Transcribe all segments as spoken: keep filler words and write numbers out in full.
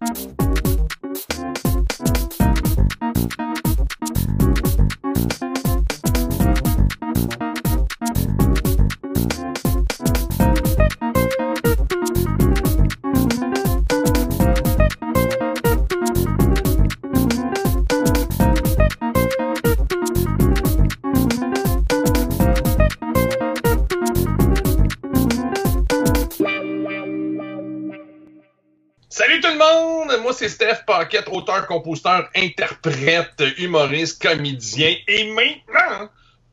C'est Steph Paquette, auteur, compositeur, interprète, humoriste, comédien et maintenant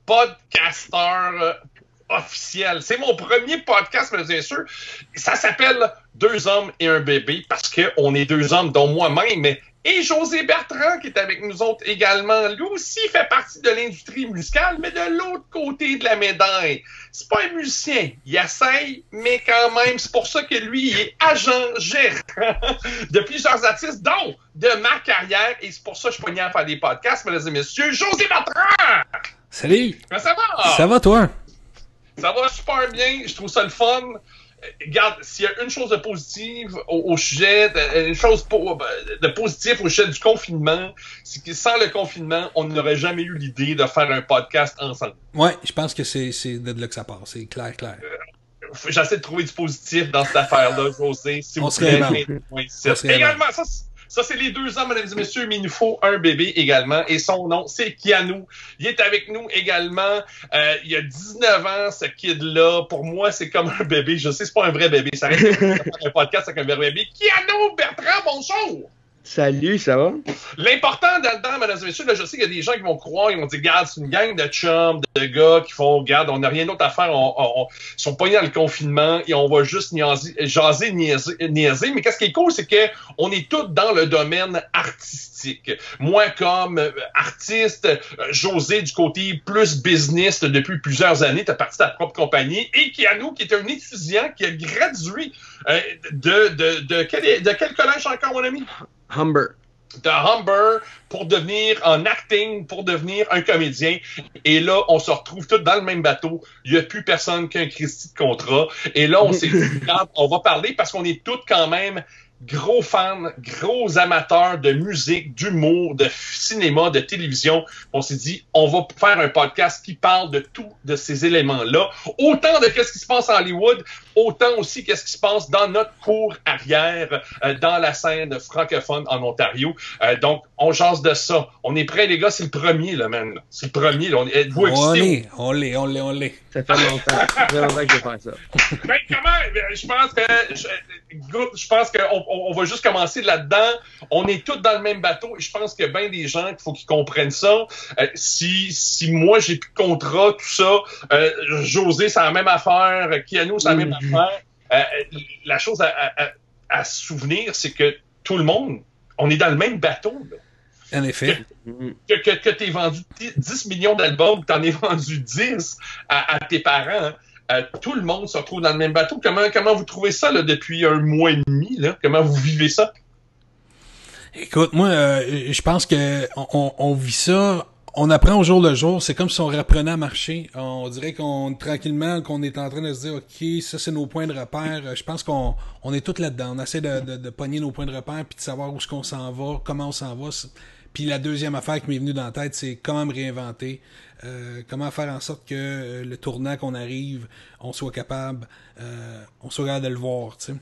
podcasteur officiel. C'est mon premier podcast, mesdames et messieurs. Ça s'appelle Deux hommes et un bébé parce qu'on est deux hommes, dont moi-même et José Bertrand qui est avec nous autres également. Lui aussi fait partie de l'industrie musicale, mais de l'autre côté de la médaille. C'est pas un musicien. Il essaye, mais quand même, c'est pour ça que lui, il est agent gérant de plusieurs artistes, dont de ma carrière. Et c'est pour ça que je suis pogné à faire des podcasts, mesdames et messieurs. José Bertrand! Salut! Comment ça va? Ça va, toi? Ça va super bien. Je trouve ça le fun. Regarde, s'il y a une chose de positive au, au sujet, de, une chose po- de positif au sujet du confinement, c'est que sans le confinement, on n'aurait jamais eu l'idée de faire un podcast ensemble. Ouais, je pense que c'est, c'est de là que ça part, c'est clair, clair. Euh, j'essaie de trouver du positif dans cette affaire-là, José. Si on vous serait plaît, également, ça, ça, c'est les deux hommes, mesdames et messieurs, mais il nous faut un bébé également. Et son nom, c'est Keanu. Il est avec nous également. Euh, il y a dix-neuf ans, ce kid-là. Pour moi, c'est comme un bébé. Je sais, c'est pas un vrai bébé. Ça reste un podcast avec un vrai bébé. Keanu Bertrand, bonjour! Salut, ça va? L'important là-dedans, mesdames et messieurs, là, je sais qu'il y a des gens qui vont croire, ils vont dire, regarde, c'est une gang de chums, de gars qui font, regarde, on n'a rien d'autre à faire, on, on, on ils sont pognés dans le confinement et on va juste niaiser, jaser, niaiser, niaiser. Mais qu'est-ce qui est cool, c'est que on est tous dans le domaine artistique. Moi, comme euh, artiste, euh, José, du côté plus business depuis plusieurs années, tu as parti de ta propre compagnie, et Keanu, qui est un étudiant qui a gradué euh, de, de, de, quel, de quel collège encore, mon ami? Humber. De Humber pour devenir en acting, pour devenir un comédien. Et là, on se retrouve tous dans le même bateau. Il n'y a plus personne qu'un Christy de contrat. Et là, on s'est dit, regarde, on va parler parce qu'on est tous quand même gros fans, gros amateurs de musique, d'humour, de cinéma, de télévision. On s'est dit, on va faire un podcast qui parle de tout de ces éléments-là. Autant de qu'est-ce qui se passe en Hollywood, autant aussi qu'est-ce qui se passe dans notre cour arrière, euh, dans la scène francophone en Ontario. Euh, donc, on jase de ça. On est prêts, les gars, c'est le premier, là, man. C'est le premier, là. On, êtes-vous on excités? l'est, on l'est, on l'est, on l'est. Ça fait longtemps. Ça fait longtemps que je vais faire ça. Ben, comment? Je pense que, je, je pense qu'on on va juste commencer là-dedans. On est tous dans le même bateau et je pense qu'il y a bien des gens qu'il faut qu'ils comprennent ça. Euh, si, si moi, j'ai plus de contrat, tout ça, euh, José, c'est la même affaire, Keanu, c'est la même Mm-hmm. affaire. Euh, la chose à, à, à se souvenir, c'est que tout le monde, on est dans le même bateau, là. En effet. Que, que, que, que tu aies vendu dix millions d'albums, que tu en aies vendu dix à, à tes parents, hein, euh, tout le monde se retrouve dans le même bateau. Comment, comment vous trouvez ça là, depuis un mois et demi? Là? Comment vous vivez ça? Écoute, moi, euh, je pense que on, on vit ça, on apprend au jour le jour. C'est comme si on reprenait à marcher. On dirait qu'on, tranquillement, qu'on est en train de se dire, OK, ça, c'est nos points de repère. Je pense qu'on on est tous là-dedans. On essaie de, de, de pogner nos points de repère puis de savoir où est-ce qu'on s'en va, comment on s'en va. Puis la deuxième affaire qui m'est venue dans la tête, c'est comment me réinventer, euh, comment faire en sorte que euh, le tournant qu'on arrive, on soit capable, euh, on soit capable de le voir, tu sais.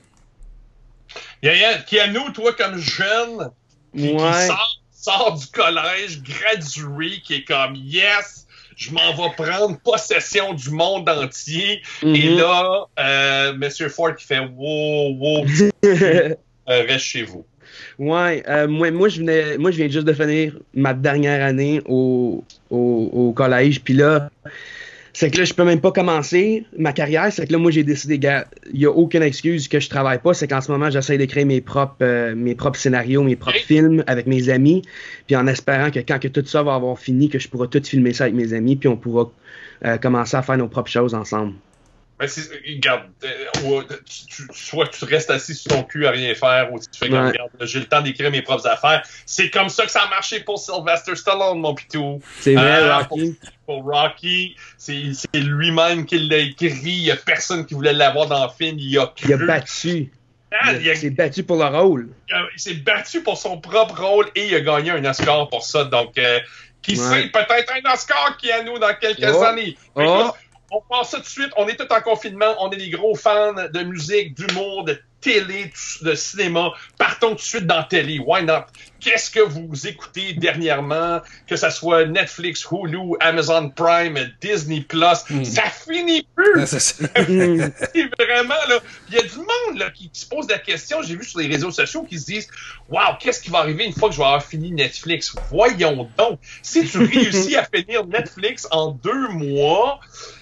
Yaya, Keanu, toi comme jeune, qui, Ouais. qui sort, sort du collège, gradué, qui est comme yes, je m'en vais prendre possession du monde entier. Mm-hmm. Et là, euh, Monsieur Ford qui fait wow, wow, euh, reste chez vous. Ouais, euh, moi, moi, je venais, moi, je viens juste de finir ma dernière année au, au, au collège. Puis là, c'est que là, je peux même pas commencer ma carrière. C'est que là, moi, j'ai décidé, gars, il y a aucune excuse que je travaille pas. C'est qu'en ce moment, j'essaie d'écrire mes propres, euh, mes propres scénarios, mes propres Okay. films avec mes amis. Puis en espérant que quand que tout ça va avoir fini, que je pourrai tout filmer ça avec mes amis. Puis on pourra euh, commencer à faire nos propres choses ensemble. Ben, c'est, regarde, euh, tu, tu, soit tu restes assis sur ton cul à rien faire, ou tu fais comme, Ouais. regarde, j'ai le temps d'écrire mes propres affaires. C'est comme ça que ça a marché pour Sylvester Stallone, mon pitou. C'est vrai, Euh, Rocky. Pour, pour Rocky, c'est, c'est lui-même qui l'a écrit. Il y a personne qui voulait l'avoir dans le film. Il a cru. Il a battu. Ah, il, il a- s'est battu pour le rôle. Il s'est battu pour son propre rôle et il a gagné un Oscar pour ça. Donc, euh, qui Ouais. sait, peut-être un Oscar qui est à nous dans quelques Oh. années. Oh. Écoute, on passe ça tout de suite. On est tous en confinement. On est des gros fans de musique, d'humour, de télé, de cinéma. Partons tout de suite dans télé. Why not? Qu'est-ce que vous écoutez dernièrement? Que ce soit Netflix, Hulu, Amazon Prime, Disney Plus, Mm. ça finit plus! Ouais, c'est ça. C'est vraiment, là. Il y a du monde là, qui, qui se pose la question. J'ai vu sur les réseaux sociaux qui se disent waouh, qu'est-ce qui va arriver une fois que je vais avoir fini Netflix? Voyons donc. Si tu réussis à finir Netflix en deux mois,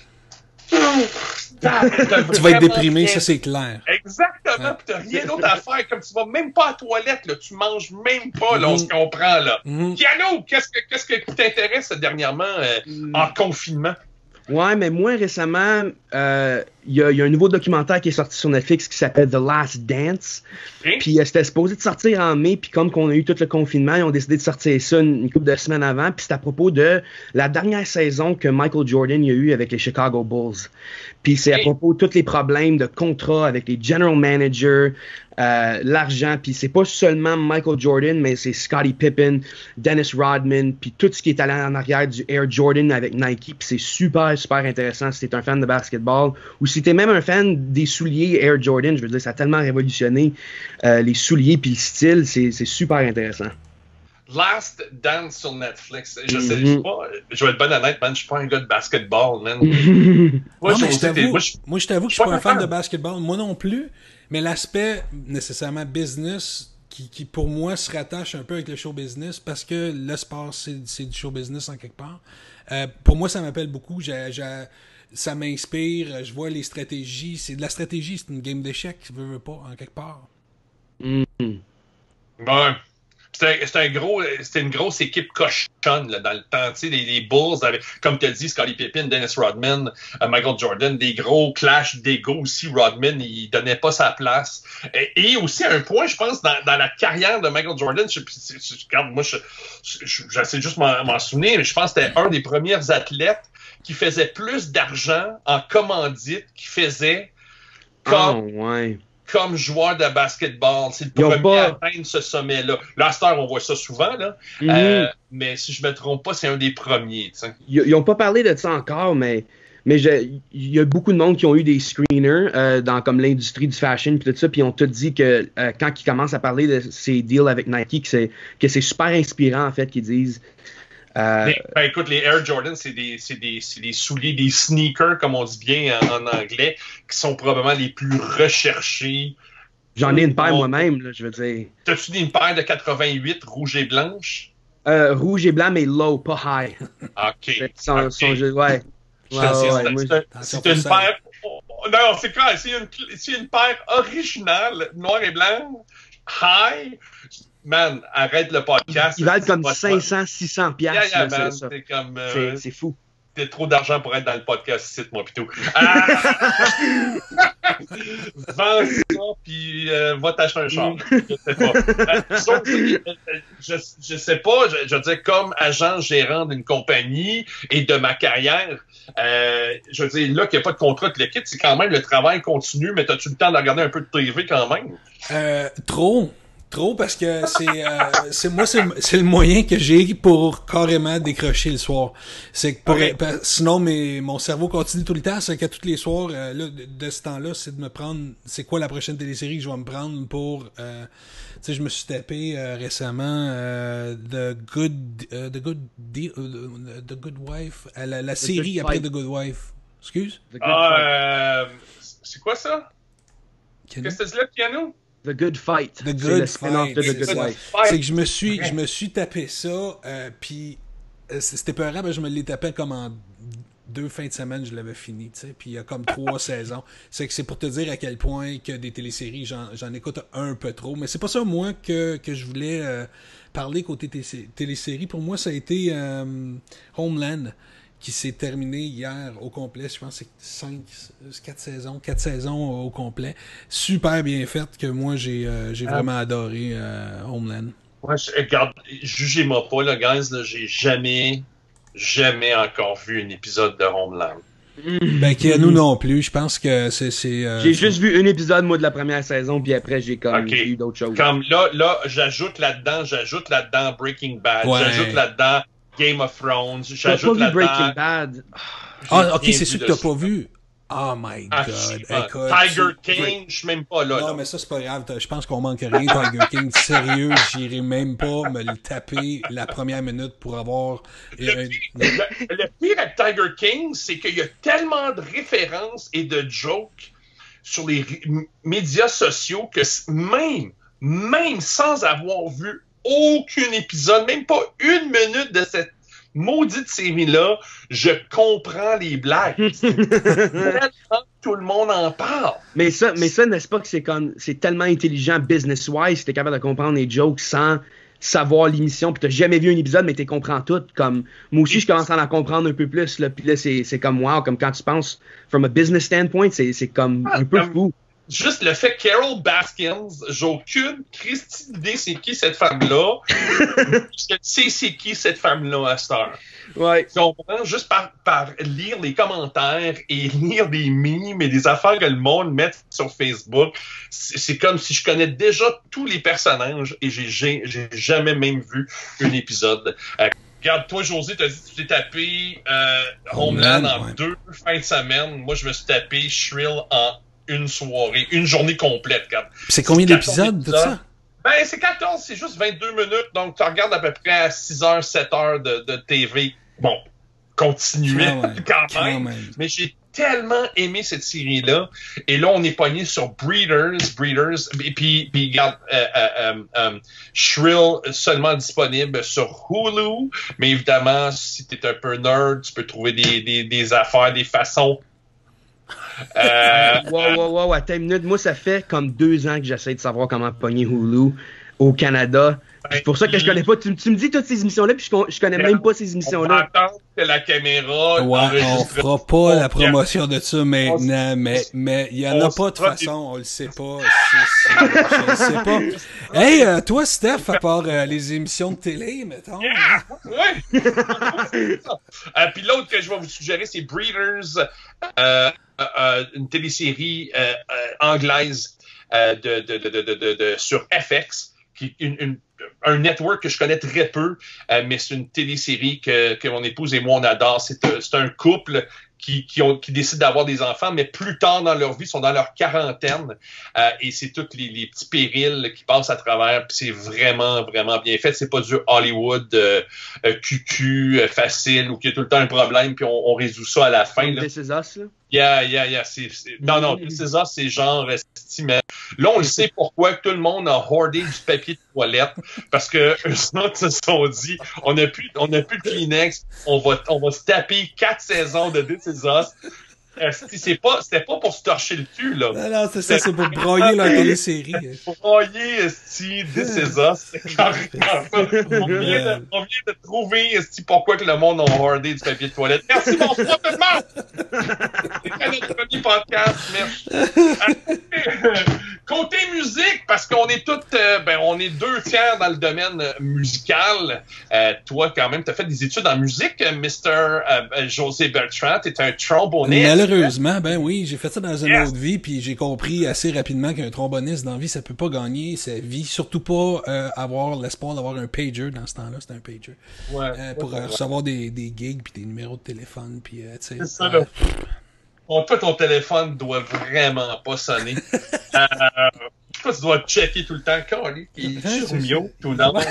Tu vas être déprimé, ça c'est clair. Exactement, Ouais. pis t'as rien d'autre à faire, comme tu vas même pas à la toilette, là, tu manges même pas, là, on Mhm. se comprend, là. Mhm. Keanu, qu'est-ce que, qu'est-ce que qui t'intéresse dernièrement euh, Mm. en confinement? Ouais, mais moi récemment, euh, il y, a- il y a un nouveau documentaire qui est sorti sur Netflix qui s'appelle The Last Dance. Hein? Puis euh, c'était supposé de sortir en mai, puis comme qu'on a eu tout le confinement, ils ont décidé de sortir ça une, une couple de semaines avant. Puis c'est à propos de la dernière saison que Michael Jordan y a eu avec les Chicago Bulls. Puis c'est à Hey. propos de tous les problèmes de contrat avec les general managers, euh, l'argent. Puis c'est pas seulement Michael Jordan, mais c'est Scottie Pippen, Dennis Rodman, puis tout ce qui est allé en arrière du Air Jordan avec Nike. Puis c'est super, super intéressant si t'es un fan de basketball ou si t'es même un fan des souliers Air Jordan. Je veux dire, ça a tellement révolutionné euh, les souliers puis le style. C'est c'est super intéressant. Last Dance sur Netflix. Je sais, Mhm. je sais pas, je vais être bon honnête, man, je suis pas un gars de basketball, man. Mm. Moi, Non, mais je je t'avoue, moi, je- moi, je t'avoue que je je suis suis pas un pas fan fan. de basketball, moi non plus, mais l'aspect nécessairement business qui, qui pour moi se rattache un peu avec le show business parce que le sport c'est, c'est du show business en quelque part. Euh, pour moi ça m'appelle beaucoup, j'ai, j'ai, ça m'inspire, je vois les stratégies, c'est de la stratégie, c'est une game d'échecs, veux, veux pas en quelque part. Mm. Ouais. C'était c'était un gros, c'était une grosse équipe cochonne là, dans le temps. Tu sais, les, les Bulls, avec, comme tu as dit, Scottie Pippen, Dennis Rodman, euh, Michael Jordan, des gros clashs d'ego aussi. Rodman, il donnait pas sa place. Et, et aussi, à un point, je pense, dans, dans la carrière de Michael Jordan, je, je, je, regarde, moi, je, je, j'essaie juste m'en, m'en souvenir, mais je pense que c'était un des premiers athlètes qui faisait plus d'argent en commandite qu'il faisait comme Oh, ouais. comme joueur de basketball. C'est le Ils ont premier pas- à atteindre ce sommet-là. Là, à cette heure, on voit ça souvent, là. Mhm. Euh, mais si je me trompe pas, c'est un des premiers. Tu sais. Ils n'ont pas parlé de ça encore, mais mais je- il y a beaucoup de monde qui ont eu des screeners euh, dans comme l'industrie du fashion puis tout ça, puis ils ont tout dit que euh, quand ils commencent à parler de ces deals avec Nike, que c'est que c'est super inspirant en fait qu'ils disent. Euh, Mais, ben, écoute, les Air Jordan, c'est des, c'est des, c'est des souliers, des sneakers, comme on dit bien en, en anglais, qui sont probablement les plus recherchés. J'en ai une paire Oh. moi-même, là, je veux dire. T'as-tu dit une paire de quatre-vingt-huit rouge et blanche? Euh, rouge et blanc, mais low, pas high. OK. Son- OK. son jeu- ouais. Ouais, C'est- c'est- ouais, ouais, moi, c'est un- Attention c'est une pour ça. paire. oh, oh, non, c'est clair. C'est une, c'est une paire originale, noir et blanc, high. Man, arrête le podcast. Ils valent comme C'est pas cinq cents, six cents Yeah, piastres. yeah, là, man. c'est ça. C'est comme. euh, C'est- C'est fou. T'as trop d'argent pour être dans le podcast ici, moi, pis tout. Ah! Vends ça, puis euh, va t'acheter un char. Je sais pas. Euh, sauf que, euh, je, je sais pas, je, je veux dire, comme agent gérant d'une compagnie et de ma carrière, euh, je veux dire, là qu'il n'y a pas de contrat de l'équipe, c'est quand même le travail continue, mais t'as-tu le temps de regarder un peu de T V quand même? Euh, trop. Trop parce que c'est euh, c'est moi c'est le- c'est le moyen que j'ai pour carrément décrocher le soir. C'est que pour Ok. parce- sinon mes mon cerveau continue tout le temps, c'est que tous les soirs euh, là, de, de ce temps-là, c'est de me prendre c'est quoi la prochaine télésérie que je vais me prendre pour euh, tu sais je me suis tapé euh, récemment euh, The Good euh, The Good Deal, euh, The Good Wife, euh, la, la série Good après Fight. The Good Wife. Excuse? The Good, Ah, euh, c'est quoi ça? Kenny? Qu'est-ce que tu dis là, piano? Fight. The Good Fight. The C'est Good le spin-off Fight, de c'est The Good ça. Wife. C'est que je me suis, je me suis tapé ça, euh, puis euh, c'était peurant, ben je me l'ai tapé comme en deux fins de semaine, je l'avais fini, tu sais, puis il y a comme trois saisons. C'est que c'est pour te dire à quel point que des téléséries, j'en, j'en écoute un peu trop, mais c'est pas ça, moi, que, que je voulais euh, parler côté télé- téléséries. Pour moi, ça a été euh, Homeland, qui s'est terminé hier au complet. Je pense que c'est cinq, quatre saisons, quatre saisons au complet. Super bien faite que moi j'ai euh, j'ai Ah. vraiment adoré euh, Homeland. Ouais, je, regarde, jugez-moi pas, là, guys, là, j'ai jamais, jamais encore vu un épisode de Homeland. Ben, Keanu non plus. Je pense que c'est... c'est euh, j'ai juste vu un épisode, moi, de la première saison, puis après, j'ai comme okay. vu d'autres choses. Comme là, là, j'ajoute là-dedans, j'ajoute là-dedans Breaking Bad, ouais. j'ajoute là-dedans Game of Thrones, j'ajoute là-dedans... Breaking Bad. Ah, ok, c'est sûr que t'as pas vu. Oh my ah, god. Écoute, Tiger tu... King, je suis même pas là. Non, là. mais ça, c'est pas grave. Je pense qu'on manque rien. Tiger King, sérieux, j'irai même pas me le taper la première minute pour avoir. Le, euh, pire, le, le pire avec Tiger King, c'est qu'il y a tellement de références et de jokes sur les r- médias sociaux que même, même sans avoir vu aucun épisode, même pas une minute de cette maudite série-là, je comprends les blagues. Tout le monde en parle. Mais ça, mais ça, n'est-ce pas que c'est comme, c'est tellement intelligent business-wise, si t'es capable de comprendre les jokes sans savoir l'émission, pis t'as jamais vu un épisode, mais t'es comprends tout. Comme, moi aussi, je commence à en comprendre un peu plus, là, pis là, c'est, c'est comme, wow, comme quand tu penses, from a business standpoint, c'est, c'est comme un peu fou. Juste le fait que Carol Baskins, j'ai aucune Christie d'idée c'est qui cette femme-là. Je sais c'est qui cette femme-là à cette heure. Ouais. Tu comprends? Juste par, par lire les commentaires et lire des memes et des affaires que le monde met sur Facebook, c'est, c'est comme si je connais déjà tous les personnages et j'ai, j'ai, j'ai jamais même vu un épisode. Euh, Regarde, toi, José, t'as dit que tu t'es tapé euh, Homeland en ouais. deux fins de semaine. Moi, je me suis tapé Shrill en une soirée, une journée complète. Regarde. C'est combien d'épisodes de ça? Ben, c'est quatorze, c'est juste vingt-deux minutes, donc tu regardes à peu près à six heures, sept heures de, de T V. Bon, continuez quand même, quand même. même. Mais j'ai tellement aimé cette série-là. Et là, on est pogné sur Breeders, Breeders, et puis, puis regarde, euh, euh, euh, Shrill seulement disponible sur Hulu, mais évidemment, si t'es un peu nerd, tu peux trouver des, des, des affaires, des façons. Euh, wow, wow, wow, attends une minute. Moi, ça fait comme deux ans que j'essaie de savoir comment pogner Hulu au Canada. C'est pour ça que je connais pas. Tu, tu me dis toutes ces émissions-là, puis je, je connais même pas ces émissions-là. On attend que la caméra. Ouais, on fera pas la promotion de ça maintenant, mais mais il y en a pas de façon, on le sait pas. C'est, c'est, je le sais pas. Hey, euh, toi, Steph, à part euh, les émissions de télé, mettons. Yeah! Ouais. euh, puis l'autre que je vais vous suggérer, c'est Breeders, euh, euh, une télésérie euh, euh, anglaise euh, de, de, de, de, de, de, de sur F X. Qui une, une, un network que je connais très peu, euh, mais c'est une télésérie que, que mon épouse et moi on adore. C'est, c'est un couple qui, qui, ont, qui décident d'avoir des enfants, mais plus tard dans leur vie, sont dans leur quarantaine. Euh, et c'est tous les, les petits périls qui passent à travers. Puis c'est vraiment, vraiment bien fait. C'est pas du Hollywood euh, euh, cucu, euh, facile, ou qu'il y a tout le temps un problème, puis on, on résout ça à la fin. Là. This Is Us, là? Yeah, yeah, yeah. C'est, c'est... Non, non, This Is Us, c'est genre... Mais là, on le sait pourquoi tout le monde a hoardé du papier de toilette. Parce que eux autres se sont dit, on n'a plus, on n'a plus de Kleenex, on va, on va se taper quatre saisons de This Is Us. C'est pas, c'était pas pour se torcher le cul, là. Non, non, c'est ça, c'est pour broyer la télésérie. Pour broyer, esti, This Is Us. C'est carrément ça. On vient de, on vient de trouver, esti, pourquoi que le monde a hoardé du papier de toilette. Merci, bonsoir tout le monde! C'est notre premier podcast, merci. Côté musique, parce qu'on est toutes, euh, ben, on est deux tiers dans le domaine euh, musical. Euh, toi, quand même, t'as fait des études en musique, mister Euh, José Bertrand. T'es un tromboniste. Malheureusement, ben oui, j'ai fait ça dans une yes. autre vie, puis j'ai compris assez rapidement qu'un tromboniste dans la vie, ça peut pas gagner sa vie, surtout pas euh, avoir l'espoir d'avoir un pager dans ce temps-là, c'était un pager. Ouais, euh, pour ouais, euh, recevoir ouais. des, des gigs puis des numéros de téléphone, puis euh, tu sais. C'est ça, là. Bon, toi, ton téléphone doit vraiment pas sonner. euh, toi, tu dois checker tout le temps. Calé, il est sur Mio, tout le temps.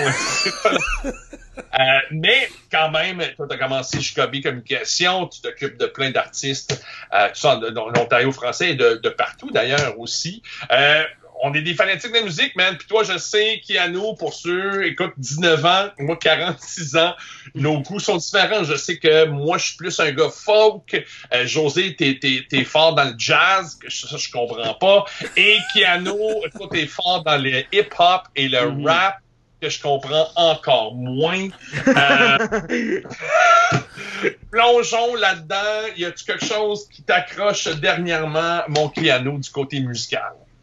Euh, mais quand même, toi, tu as commencé Chicago Communication, tu t'occupes de plein d'artistes, euh, tout ça dans l'Ontario français et de, de partout d'ailleurs aussi. Euh, on est des fanatiques de la musique, man. Puis toi, je sais, Keanu, pour ceux, écoute, dix-neuf ans, moi, quarante-six ans, nos goûts sont différents. Je sais que moi, je suis plus un gars folk. Euh, José, t'es, t'es, t'es fort dans le jazz, que ça, je comprends pas. Et Keanu, toi, t'es fort dans le hip-hop et le mm-hmm. rap, que je comprends encore moins. Euh, plongeons là-dedans. Y a-tu quelque chose qui t'accroche dernièrement, mon Keanu, du côté musical?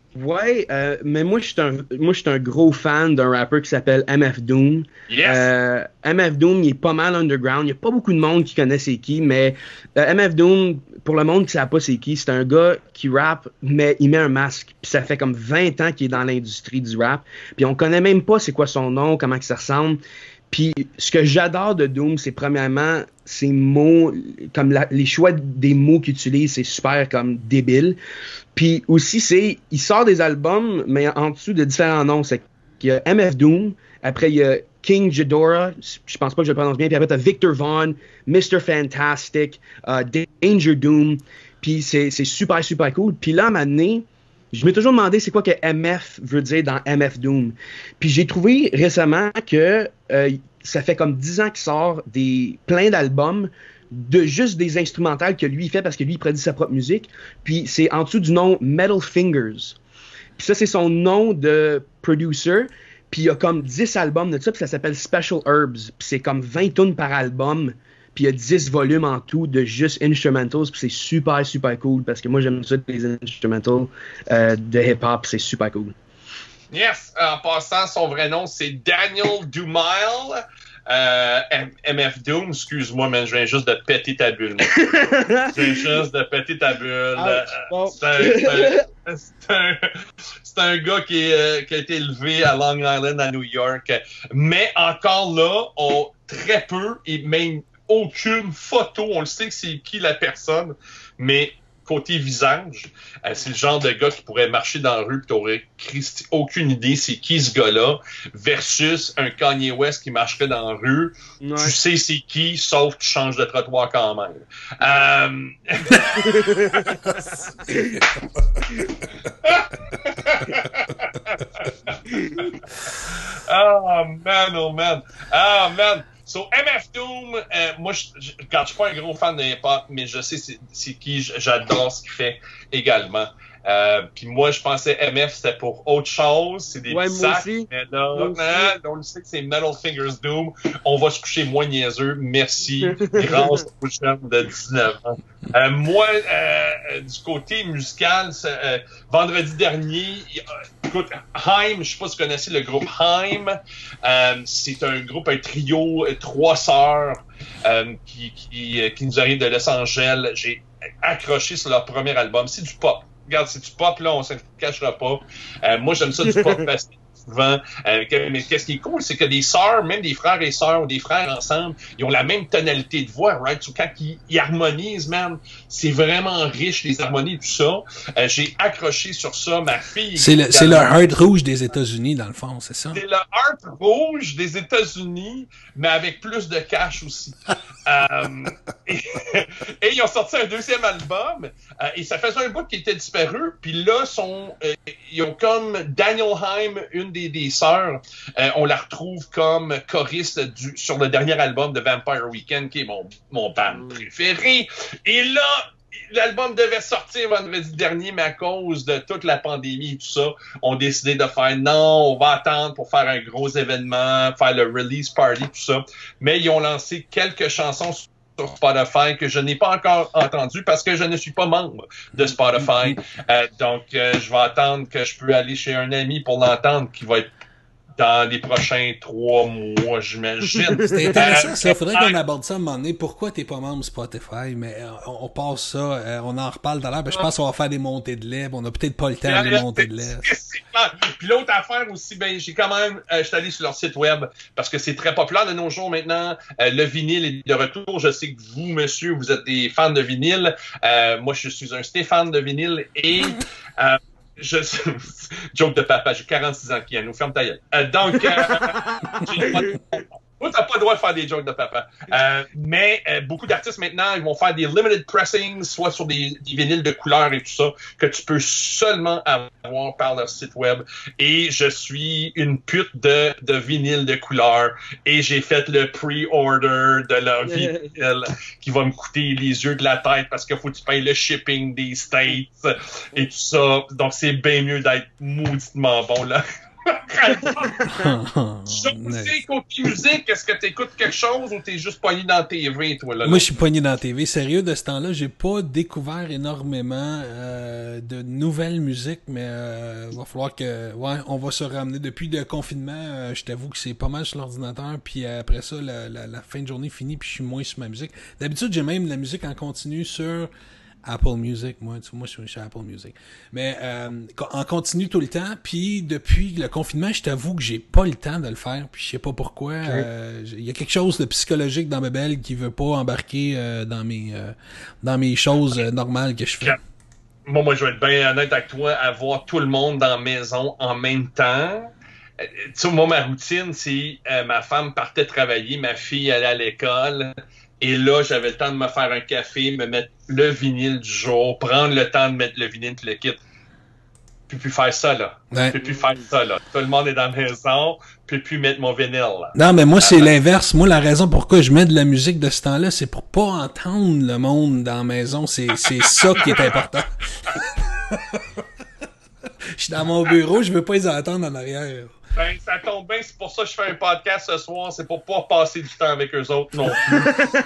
Ouais, euh, mais moi, je suis un, moi, je suis un gros fan d'un rappeur qui s'appelle M F Doom. Yes! Euh, M F Doom, il est pas mal underground. Il n'y a pas beaucoup de monde qui connaît c'est qui, mais euh, M F Doom, pour le monde qui ne sait pas c'est qui, c'est un gars qui rappe, mais il met un masque. Puis ça fait comme vingt ans qu'il est dans l'industrie du rap. Puis on connaît même pas c'est quoi son nom, comment que ça ressemble. Puis ce que j'adore de Doom, c'est premièrement ses mots, comme la, les choix des mots qu'il utilise, c'est super comme débile. Puis aussi, c'est il sort des albums, mais en dessous de différents noms. C'est qu'il y a M F Doom, après il y a King Ghidorah, je pense pas que je le prononce bien, puis après t'as Victor Vaughn, mister Fantastic, uh, Danger Doom, puis c'est, c'est super, super cool. Puis là, à un moment donné, je m'ai toujours demandé c'est quoi que M F veut dire dans M F Doom. Puis j'ai trouvé récemment que euh, ça fait comme dix ans qu'il sort des plein d'albums de juste des instrumentales que lui il fait parce que lui il produit sa propre musique. Puis c'est en dessous du nom Metal Fingers. Puis ça c'est son nom de producer. Puis il y a comme dix albums de ça, puis ça s'appelle Special Herbs. Puis c'est comme vingt tunes par album. Puis il y a dix volumes en tout de juste instrumentals. Puis c'est super, super cool parce que moi j'aime ça les instrumentals euh, de hip-hop. C'est super cool. Yes! En passant, son vrai nom, c'est Daniel Dumile. Euh, M F Doom, excuse-moi, mais je viens juste de péter ta bulle. Je viens juste de péter ta bulle. Ah, bon. C'est un, c'est un, c'est un, c'est un gars qui, est, qui a été élevé à Long Island, à New York. Mais encore là, on, très peu, et même aucune photo. On le sait que c'est qui la personne, mais côté visage, euh, c'est le genre de gars qui pourrait marcher dans la rue et t'aurais aucune idée c'est qui ce gars-là, versus un Kanye West qui marcherait dans la rue. Ouais. Tu sais c'est qui, sauf que tu changes de trottoir quand même. Euh... oh man, oh man. Oh man. So, M F Doom, euh, moi, je, je, quand je suis pas un gros fan de hip-hop, mais je sais c'est, c'est qui, j'adore ce qu'il fait également. Euh, puis moi, je pensais M F, c'était pour autre chose. C'est des ouais, petits sacs. Mais là, hein, on le sait que c'est Metal Fingers Doom. On va se coucher moins niaiseux. Merci. Grâce au jeune de dix-neuf ans. Euh, moi, euh, du côté musical, euh, vendredi dernier, euh, écoute, Haim, je sais pas si vous connaissez le groupe Haim. Euh, c'est un groupe, un trio, trois sœurs euh, qui, qui, qui nous arrive de Los Angeles. J'ai accroché sur leur premier album. C'est du pop. Regarde, c'est du pop, là, on se cachera pas. Euh, moi, j'aime ça du pop parce souvent. Euh, mais qu'est-ce qui est cool, c'est que des sœurs, même des frères et sœurs ou des frères ensemble, ils ont la même tonalité de voix, right? So, quand ils, ils harmonisent, man, c'est vraiment riche, les harmonies, tout ça. Euh, j'ai accroché sur ça. Ma fille... C'est le, c'est le heart rouge des États-Unis, dans le fond, c'est ça? C'est le heart rouge des États-Unis, mais avec plus de cash aussi. euh, et, et ils ont sorti un deuxième album, euh, et ça faisait un bout qui était disparu, puis là, sont, euh, ils ont comme Daniel Haim, une des, des sœurs, euh, on la retrouve comme choriste du, sur le dernier album de Vampire Weekend, qui est mon, mon band préféré. Et là, l'album devait sortir vendredi dernier, mais à cause de toute la pandémie et tout ça, on a décidé de faire non, on va attendre pour faire un gros événement, faire le release party, tout ça. Mais ils ont lancé quelques chansons sur Spotify que je n'ai pas encore entendu parce que je ne suis pas membre de Spotify. Euh, donc, euh, je vais attendre que je peux aller chez un ami pour l'entendre qui va être dans les prochains trois mois, j'imagine. C'est intéressant, ça. Faudrait qu'on aborde ça à un moment donné. Pourquoi t'es pas membre Spotify? Mais on, on passe ça, euh, on en reparle tout à l'heure. Ben, je pense qu'on va faire des montées de lait. On a peut-être pas le temps de monter de lait. Puis l'autre affaire aussi, ben j'ai quand même, euh, je suis allé sur leur site web parce que c'est très populaire de nos jours maintenant. Euh, le vinyle est de retour. Je sais que vous, monsieur, vous êtes des fans de vinyle. Euh, moi, je suis un Stéphane de vinyle et... Euh, Je joke de papa, j'ai quarante-six ans, Kian, nous ferme ta gueule. Euh, donc, euh, j'ai pas de... Toi, t'as pas le droit de faire des jokes de papa. Euh, mais euh, beaucoup d'artistes maintenant, ils vont faire des limited pressings, soit sur des, des vinyles de couleur et tout ça, que tu peux seulement avoir par leur site web. Et je suis une pute de, de vinyle de couleur. Et j'ai fait le pre-order de leur vinyle qui va me coûter les yeux de la tête parce qu'il faut que tu payes le shipping des States et tout ça. Donc, c'est bien mieux d'être mauditement bon, là. Je sais, côté musique, est-ce que t'écoutes quelque chose ou t'es juste pogné dans la T V, toi, là? Moi, je suis pogné dans la T V. Sérieux, de ce temps-là, j'ai pas découvert énormément euh, de nouvelles musiques, mais euh, va falloir que... Ouais, on va se ramener. Depuis le confinement, euh, je t'avoue que c'est pas mal sur l'ordinateur, puis après ça, la, la, la fin de journée finie, puis je suis moins sur ma musique. D'habitude, j'ai même la musique en continu sur... Apple Music, moi, tu vois, moi je suis chez Apple Music. Mais euh, en continu tout le temps, puis depuis le confinement, je t'avoue que j'ai pas le temps de le faire, puis je sais pas pourquoi. Il okay. euh, y a quelque chose de psychologique dans ma belle qui veut pas embarquer euh, dans mes euh, dans mes choses euh, normales que je fais. Bon, moi, je vais être bien honnête avec toi, avoir tout le monde dans la maison en même temps. Tu sais, moi, ma routine, c'est euh, ma femme partait travailler, ma fille allait à l'école. Et là, j'avais le temps de me faire un café, me mettre le vinyle du jour, prendre le temps de mettre le vinyle, tout le kit. Puis plus faire ça, là. Ouais. Puis plus faire ça, là. Tout le monde est dans la maison, puis plus mettre mon vinyle, là. Non, mais moi, c'est l'inverse. Moi, la raison pourquoi je mets de la musique de ce temps-là, c'est pour pas entendre le monde dans la maison. C'est, c'est ça qui est important. Je suis dans mon bureau, je veux pas les entendre en arrière. Ben, ça tombe bien, c'est pour ça que je fais un podcast ce soir, c'est pour pas passer du temps avec eux autres non plus.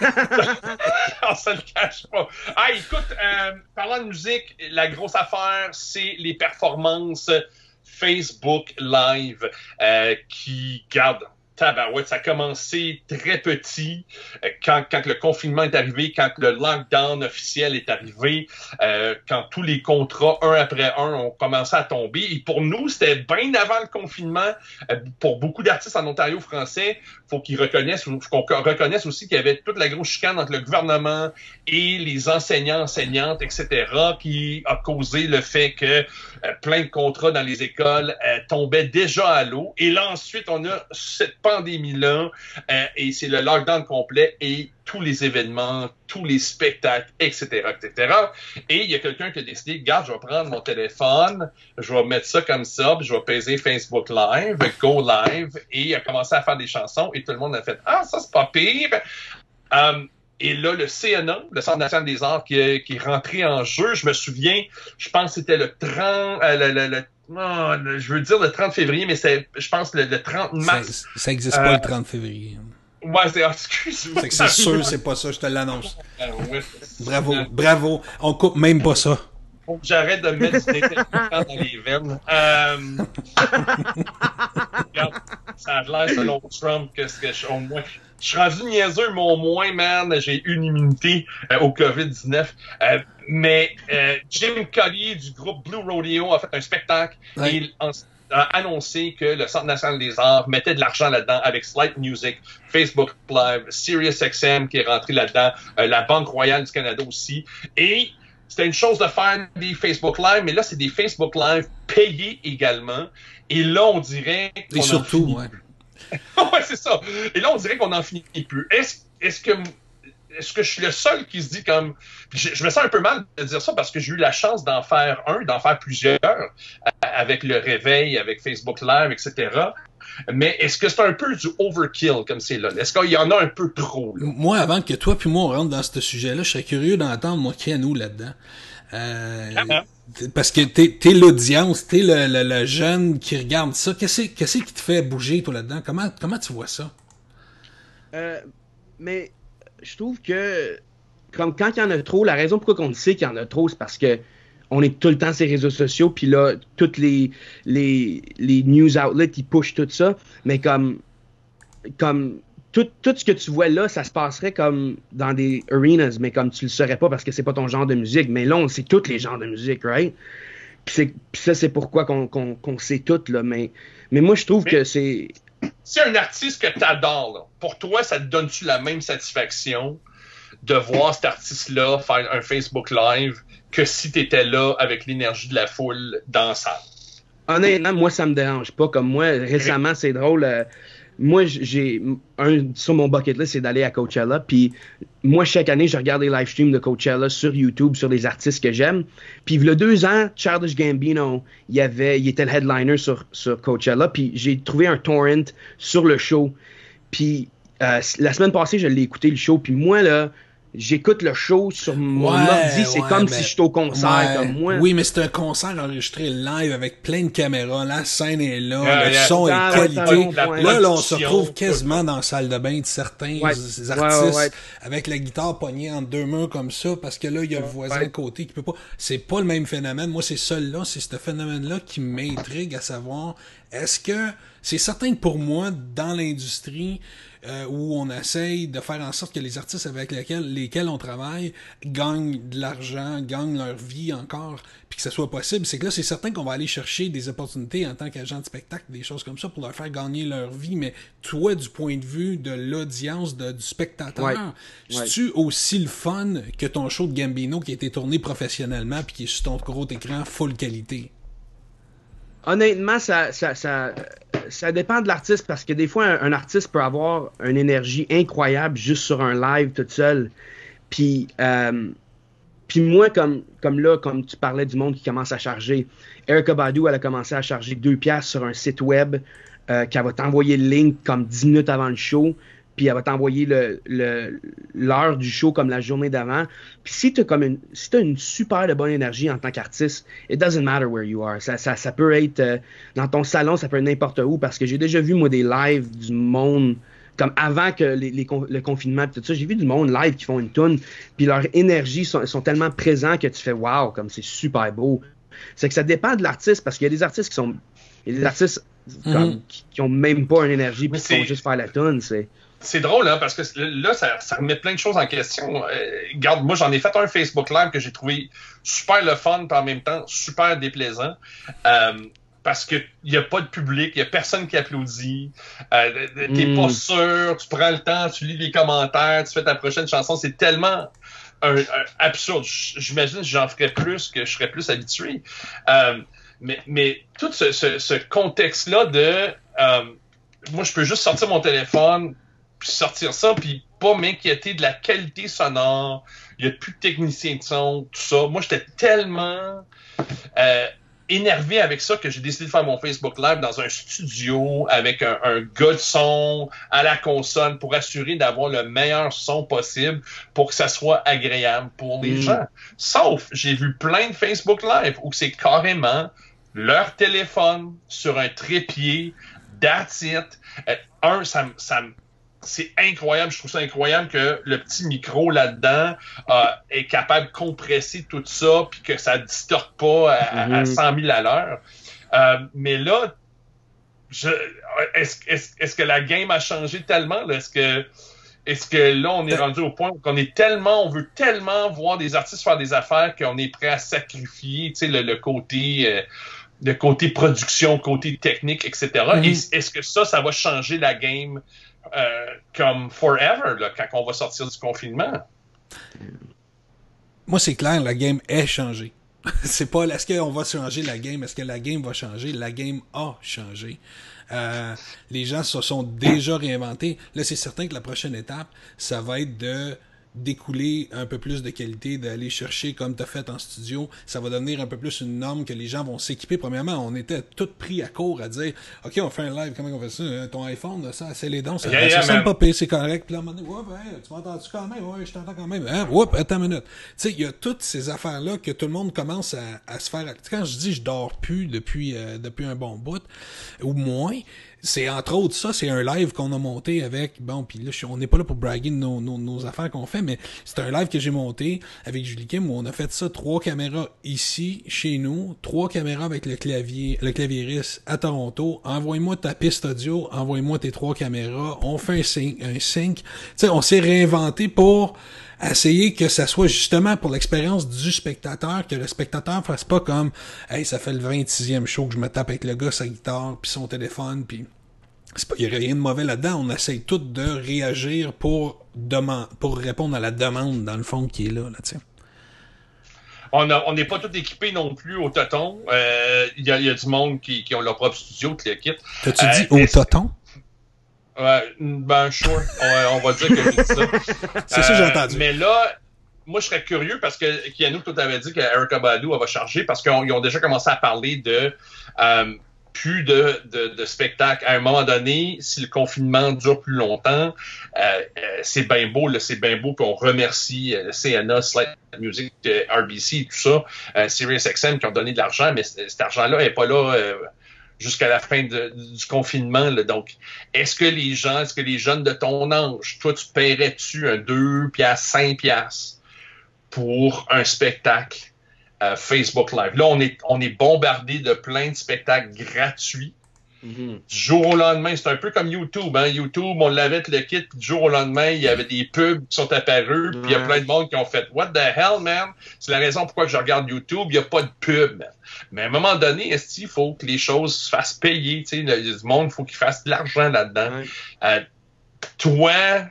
On se le cache pas. Ah, écoute, euh, parlant de musique, la grosse affaire, c'est les performances Facebook Live euh, qui gardent. Tabarouette, ça a commencé très petit euh, quand, quand le confinement est arrivé, quand le lockdown officiel est arrivé, euh, quand tous les contrats, un après un, ont commencé à tomber. Et pour nous, c'était bien avant le confinement. Euh, pour beaucoup d'artistes en Ontario français, faut qu'ils reconnaissent, faut qu'on reconnaisse aussi qu'il y avait toute la grosse chicane entre le gouvernement et les enseignants, enseignantes, et cetera, qui a causé le fait que euh, plein de contrats dans les écoles euh, tombaient déjà à l'eau. Et là, ensuite, on a cette pandémie-là, euh, et c'est le lockdown complet et tous les événements, tous les spectacles, et cetera, et cetera. Et il y a quelqu'un qui a décidé, regarde, je vais prendre mon téléphone, je vais mettre ça comme ça, puis je vais peser Facebook Live, Go Live, et il a commencé à faire des chansons, et tout le monde a fait, ah, ça, c'est pas pire. Um, Et là, le C N A, le Centre national des arts, qui est, qui est rentré en jeu, je me souviens, je pense que c'était le trente, euh, le, le, le Oh, le, je veux dire le trente février, mais c'est, je pense, le, le trente mars. Ça n'existe euh, pas le trente février. Ouais, c'est, oh, excuse-moi. C'est que c'est sûr, c'est pas ça, je te l'annonce. Euh, ouais, bravo, euh, bravo. On coupe même pas ça. Faut que j'arrête de mettre du détergent dans les veines. Euh... Regarde, ça a l'air selon Trump que ce que je, au moins, je suis rendu niaiseux, mais au moins, man, j'ai une immunité euh, au covid dix-neuf. Euh, mais euh, Jim Collier du groupe Blue Rodeo a fait un spectacle ouais. et en, a annoncé que le Centre national des arts mettait de l'argent là-dedans avec Slide Music, Facebook Live, SiriusXM qui est rentré là-dedans, euh, la Banque Royale du Canada aussi. Et c'était une chose de faire des Facebook Live, mais là, c'est des Facebook Live payés également. Et là, on dirait qu'on Et surtout, en ouais. ouais, c'est ça. Et là, on dirait qu'on n'en finit plus. Est-ce, est-ce que est-ce que je suis le seul qui se dit comme... Je, je me sens un peu mal de dire ça parce que j'ai eu la chance d'en faire un, d'en faire plusieurs, avec le réveil, avec Facebook Live, et cetera. Mais est-ce que c'est un peu du overkill comme c'est là? Est-ce qu'il y en a un peu trop? Là? Moi, avant que toi puis moi on rentre dans ce sujet-là, je serais curieux d'entendre, moi, Keanu là-dedans. Euh, ah, parce que t'es, t'es l'audience, t'es le, le, le jeune qui regarde ça. Qu'est-ce, qu'est-ce qui te fait bouger, toi, là-dedans? Comment, comment tu vois ça? Euh, mais je trouve que comme quand il y en a trop, la raison pourquoi on sait qu'il y en a trop, c'est parce que on est tout le temps sur les réseaux sociaux, puis là, toutes les, les, les news outlets, ils pushent tout ça, mais comme, comme tout, tout ce que tu vois là, ça se passerait comme dans des arenas, mais comme tu le saurais pas parce que c'est pas ton genre de musique, mais là, on sait tous les genres de musique, right? Puis, c'est, puis ça, c'est pourquoi qu'on, qu'on, qu'on sait tout, là, mais, mais moi, je trouve mais, que c'est... Si un artiste que t'adores, là, pour toi, ça te donne-tu la même satisfaction de voir cet artiste-là faire un Facebook Live que si t'étais là avec l'énergie de la foule dans la salle? Honnêtement, moi, ça me dérange pas. Comme moi, récemment, c'est drôle. Euh, moi, j'ai un sur mon bucket list, c'est d'aller à Coachella. Puis moi, chaque année, je regarde les live streams de Coachella sur YouTube, sur les artistes que j'aime. Puis il y a deux ans, Childish Gambino, il, avait, il était le headliner sur, sur Coachella. Puis j'ai trouvé un torrent sur le show. Puis euh, la semaine passée, je l'ai écouté, le show. Puis moi, là, j'écoute le show sur mon Ouais, ordi, c'est ouais, comme mais- si j'étais au concert, Ouais. comme moi. Oui, mais c'est un concert enregistré live avec plein de caméras. La scène est là, Yeah, le yeah. son Ah, est ouais, qualité. t'as un bon point. Là, là, on se production, retrouve tout. quasiment dans la salle de bain de certains Ouais. artistes Ouais, ouais, ouais. avec la guitare pognée entre deux murs comme ça, parce que là, il y a le voisin Ouais. à côté qui peut pas. C'est pas le même phénomène. Moi, c'est celui-là, c'est ce phénomène-là qui m'intrigue à savoir, est-ce que c'est certain que pour moi, dans l'industrie, euh, où on essaye de faire en sorte que les artistes avec lesquels, lesquels on travaille gagnent de l'argent, gagnent leur vie encore, puis que ça soit possible, c'est que là, c'est certain qu'on va aller chercher des opportunités en tant qu'agent de spectacle, des choses comme ça, pour leur faire gagner leur vie, mais toi, du point de vue de l'audience, de, du spectateur, Ouais. c'est-tu aussi le fun que ton show de Gambino qui a été tourné professionnellement puis qui est sur ton gros écran full qualité? Honnêtement, ça, ça, ça, ça dépend de l'artiste parce que des fois, un, un artiste peut avoir une énergie incroyable juste sur un live tout seul. Puis, euh, puis moi, comme, comme là, comme tu parlais du monde qui commence à charger, Erykah Badu, elle a commencé à charger deux piastres sur un site web euh, qu'elle va t'envoyer le link comme dix minutes avant le show. Puis elle va t'envoyer le, le, l'heure du show comme la journée d'avant. Puis si t'as comme une, si t'as une super de bonne énergie en tant qu'artiste, it doesn't matter where you are. Ça, ça, ça peut être euh, dans ton salon, ça peut être n'importe où, parce que j'ai déjà vu, moi, des lives du monde, comme avant que les, les con- le confinement pis tout ça, j'ai vu du monde live qui font une tune, puis leur énergie sont, sont tellement présents que tu fais « wow », comme c'est super beau. C'est que ça dépend de l'artiste, parce qu'il y a des artistes qui sont... Il y a des artistes comme, Mm-hmm. qui, qui ont même pas une énergie, Mais puis qui font c'est- juste faire la tune, c'est... C'est drôle, hein, parce que là, ça, ça remet plein de choses en question. Euh, regarde, moi, j'en ai fait un Facebook Live que j'ai trouvé super le fun, puis en même temps super déplaisant. Euh, parce que il y a pas de public, il y a personne qui applaudit. Euh, t'es Mm. pas sûr, tu prends le temps, tu lis les commentaires, tu fais ta prochaine chanson. C'est tellement un, un absurde. J'imagine que j'en ferais plus, que je serais plus habitué. Euh, mais, mais tout ce, ce, ce contexte-là de... Euh, moi, je peux juste sortir mon téléphone, puis sortir ça, puis pas m'inquiéter de la qualité sonore. Il n'y a plus de technicien de son, tout ça. Moi, j'étais tellement euh, énervé avec ça que j'ai décidé de faire mon Facebook Live dans un studio avec un, un gars de son à la console pour assurer d'avoir le meilleur son possible pour que ça soit agréable pour les Mm. gens. Sauf, j'ai vu plein de Facebook Live où c'est carrément leur téléphone sur un trépied, that's it. Euh, un, ça, me- ça, me- c'est incroyable, je trouve ça incroyable que le petit micro là-dedans euh, est capable de compresser tout ça puis que ça ne distorte pas à, à- à Mhm. cent mille à l'heure. Euh, mais là, je, est-ce, est-ce, est-ce que la game a changé tellement? Là? Est-ce que est-ce que là, on est rendu au point où on est tellement, on veut tellement voir des artistes faire des affaires qu'on est prêt à sacrifier, tu sais, le, le côté, euh, le côté production, côté technique, et cetera. Mm-hmm. Et est-ce que ça, ça va changer la game euh, comme forever, là, quand on va sortir du confinement? Moi, c'est clair, la game est changée. C'est pas est-ce qu'on va changer la game, est-ce que la game va changer? La game a changé. Euh, les gens se sont déjà réinventés. Là, c'est certain que la prochaine étape, ça va être de d'écouler un peu plus de qualité, d'aller chercher comme tu as fait en studio. Ça va devenir un peu plus une norme que les gens vont s'équiper. Premièrement, on était tous pris à court à dire « OK, on fait un live, comment on fait ça? Ton iPhone, ça, c'est les dons, ça, Yeah, ça yeah, sonne man. pas pire, c'est correct. » Puis là, à un moment donné, « Ouais, ben, tu m'entends-tu quand même? Ouais, je t'entends quand même. Hein? Oups, attends une minute. » Tu sais, il y a toutes ces affaires-là que tout le monde commence à, à se faire... Quand je dis « je dors plus depuis, euh, depuis un bon bout », ou moins, c'est entre autres ça, c'est un live qu'on a monté avec, bon, puis là, je, on n'est pas là pour braguer de nos, nos, nos affaires qu'on fait, mais c'est un live que j'ai monté avec Julie Kim où on a fait ça, trois caméras ici, chez nous, trois caméras avec le clavier, le clavieriste à Toronto, envoie-moi ta piste audio, envoie-moi tes trois caméras, on fait un sync, un sync. Tu sais, on s'est réinventé pour essayer que ça soit justement pour l'expérience du spectateur, que le spectateur fasse pas comme « Hey, ça fait le vingt-sixième show que je me tape avec le gars sa guitare, puis son téléphone, puis... » Il n'y a rien de mauvais là-dedans. On essaye tout de réagir pour, demand- pour répondre à la demande, dans le fond, qui est là, là, tu sais. On a- on n'est pas tous équipés non plus au toton. Il euh, y, a, y a du monde qui, qui ont leur propre studio, qui le quittent. T'as-tu Euh, dit au est-ce- toton? Ouais, ben, sure. on, on va dire que j'ai dit ça. C'est ça que j'ai entendu. Mais là, moi, je serais curieux parce que Keanu, toi, t'avais dit que Erykah Badu, elle va charger parce qu'ils ont, ils ont déjà commencé à parler de... Euh, plus de, de, de spectacles. À un moment donné, si le confinement dure plus longtemps, euh, euh, c'est bien beau, là, c'est bien beau qu'on remercie euh, C N A, Slate Music, euh, R B C, tout ça, euh, SiriusXM qui ont donné de l'argent, mais c- cet argent-là n'est pas là euh, jusqu'à la fin de, du confinement. Là. Donc, est-ce que les gens, est-ce que les jeunes de ton âge, toi, tu paierais-tu un deux piastres, cinq piastres pour un spectacle euh, Facebook Live? Là, on est, on est bombardé de plein de spectacles gratuits. Mhm. Du jour au lendemain, c'est un peu comme YouTube. Hein? YouTube, on l'avait le kit, puis du jour au lendemain, il y avait des pubs qui sont apparus, puis il y a Ouais. plein de monde qui ont fait « What the hell, man? » C'est la raison pourquoi je regarde YouTube, il n'y a pas de pub, man. Mais à un moment donné, est-ce qu'il faut que les choses se fassent payer? Il y a du monde, il faut qu'il fasse de l'argent là-dedans. Ouais. Euh, toi,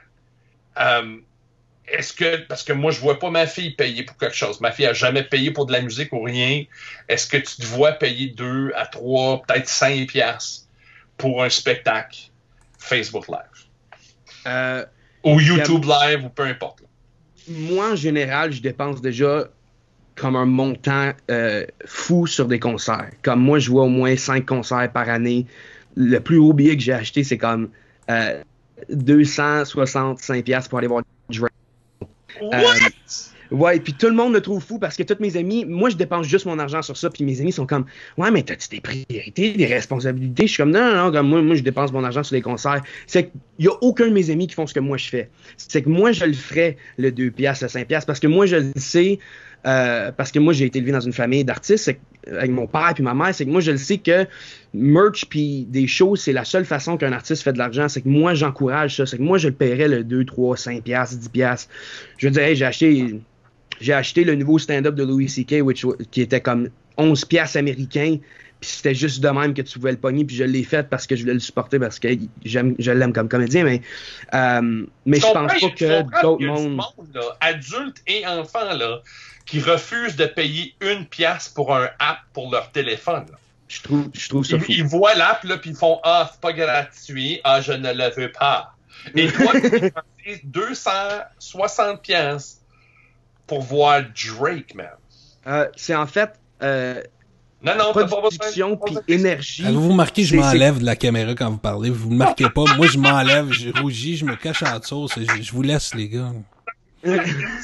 euh, est-ce que, parce que moi, je vois pas ma fille payer pour quelque chose. Ma fille a jamais payé pour de la musique ou rien. Est-ce que tu te vois payer deux à trois, peut-être cinq piastres pour un spectacle Facebook Live? Euh, Ou YouTube Live, ou peu importe. Là. Moi, en général, je dépense déjà comme un montant euh, fou sur des concerts. Comme moi, je vois au moins cinq concerts par année. Le plus haut billet que j'ai acheté, c'est comme euh, deux cent soixante-cinq piastres pour aller voir Drake. What? Euh, Ouais, puis tout le monde me trouve fou parce que tous mes amis, moi je dépense juste mon argent sur ça, puis mes amis sont comme ouais, mais t'as-tu des priorités, des responsabilités? Je suis comme non, non, non, comme moi, moi je dépense mon argent sur des concerts. C'est qu'il y a aucun de mes amis qui font ce que moi je fais. C'est que moi je le ferais le deux piastres, le cinq piastres, parce que moi je le sais, euh, parce que moi j'ai été élevé dans une famille d'artistes, c'est que, avec mon père puis ma mère, c'est que moi je le sais que merch puis des shows, c'est la seule façon qu'un artiste fait de l'argent, c'est que moi j'encourage ça, c'est que moi je le paierais le deux, trois, cinq piastres, dix piastres. Je veux dire, hey, j'ai acheté J'ai acheté le nouveau stand-up de Louis C K, which, qui était comme onze piastres américains, puis c'était juste de même que tu pouvais le pogner, puis je l'ai fait parce que je voulais le supporter, parce que j'aime, je l'aime comme comédien, mais, euh, mais je pense pas que d'autres mondes... monde là, adultes et enfants, là, qui refusent de payer une pièce pour un app pour leur téléphone. Là. Je trouve, je trouve ça ils, fou. Ils voient l'app, là, puis ils font « Ah, c'est pas gratuit. Ah, je ne le veux pas. » Et toi, tu dépenses deux cent soixante piastres pour voir Drake, man. Euh, c'est en fait euh, non, non, production puis énergie. Avez-vous remarqué, je c'est, m'enlève c'est... de la caméra quand vous parlez. Vous ne marquez pas. Moi, je m'enlève, je rougis, je me cache en dessous. Je, je vous laisse, les gars. je,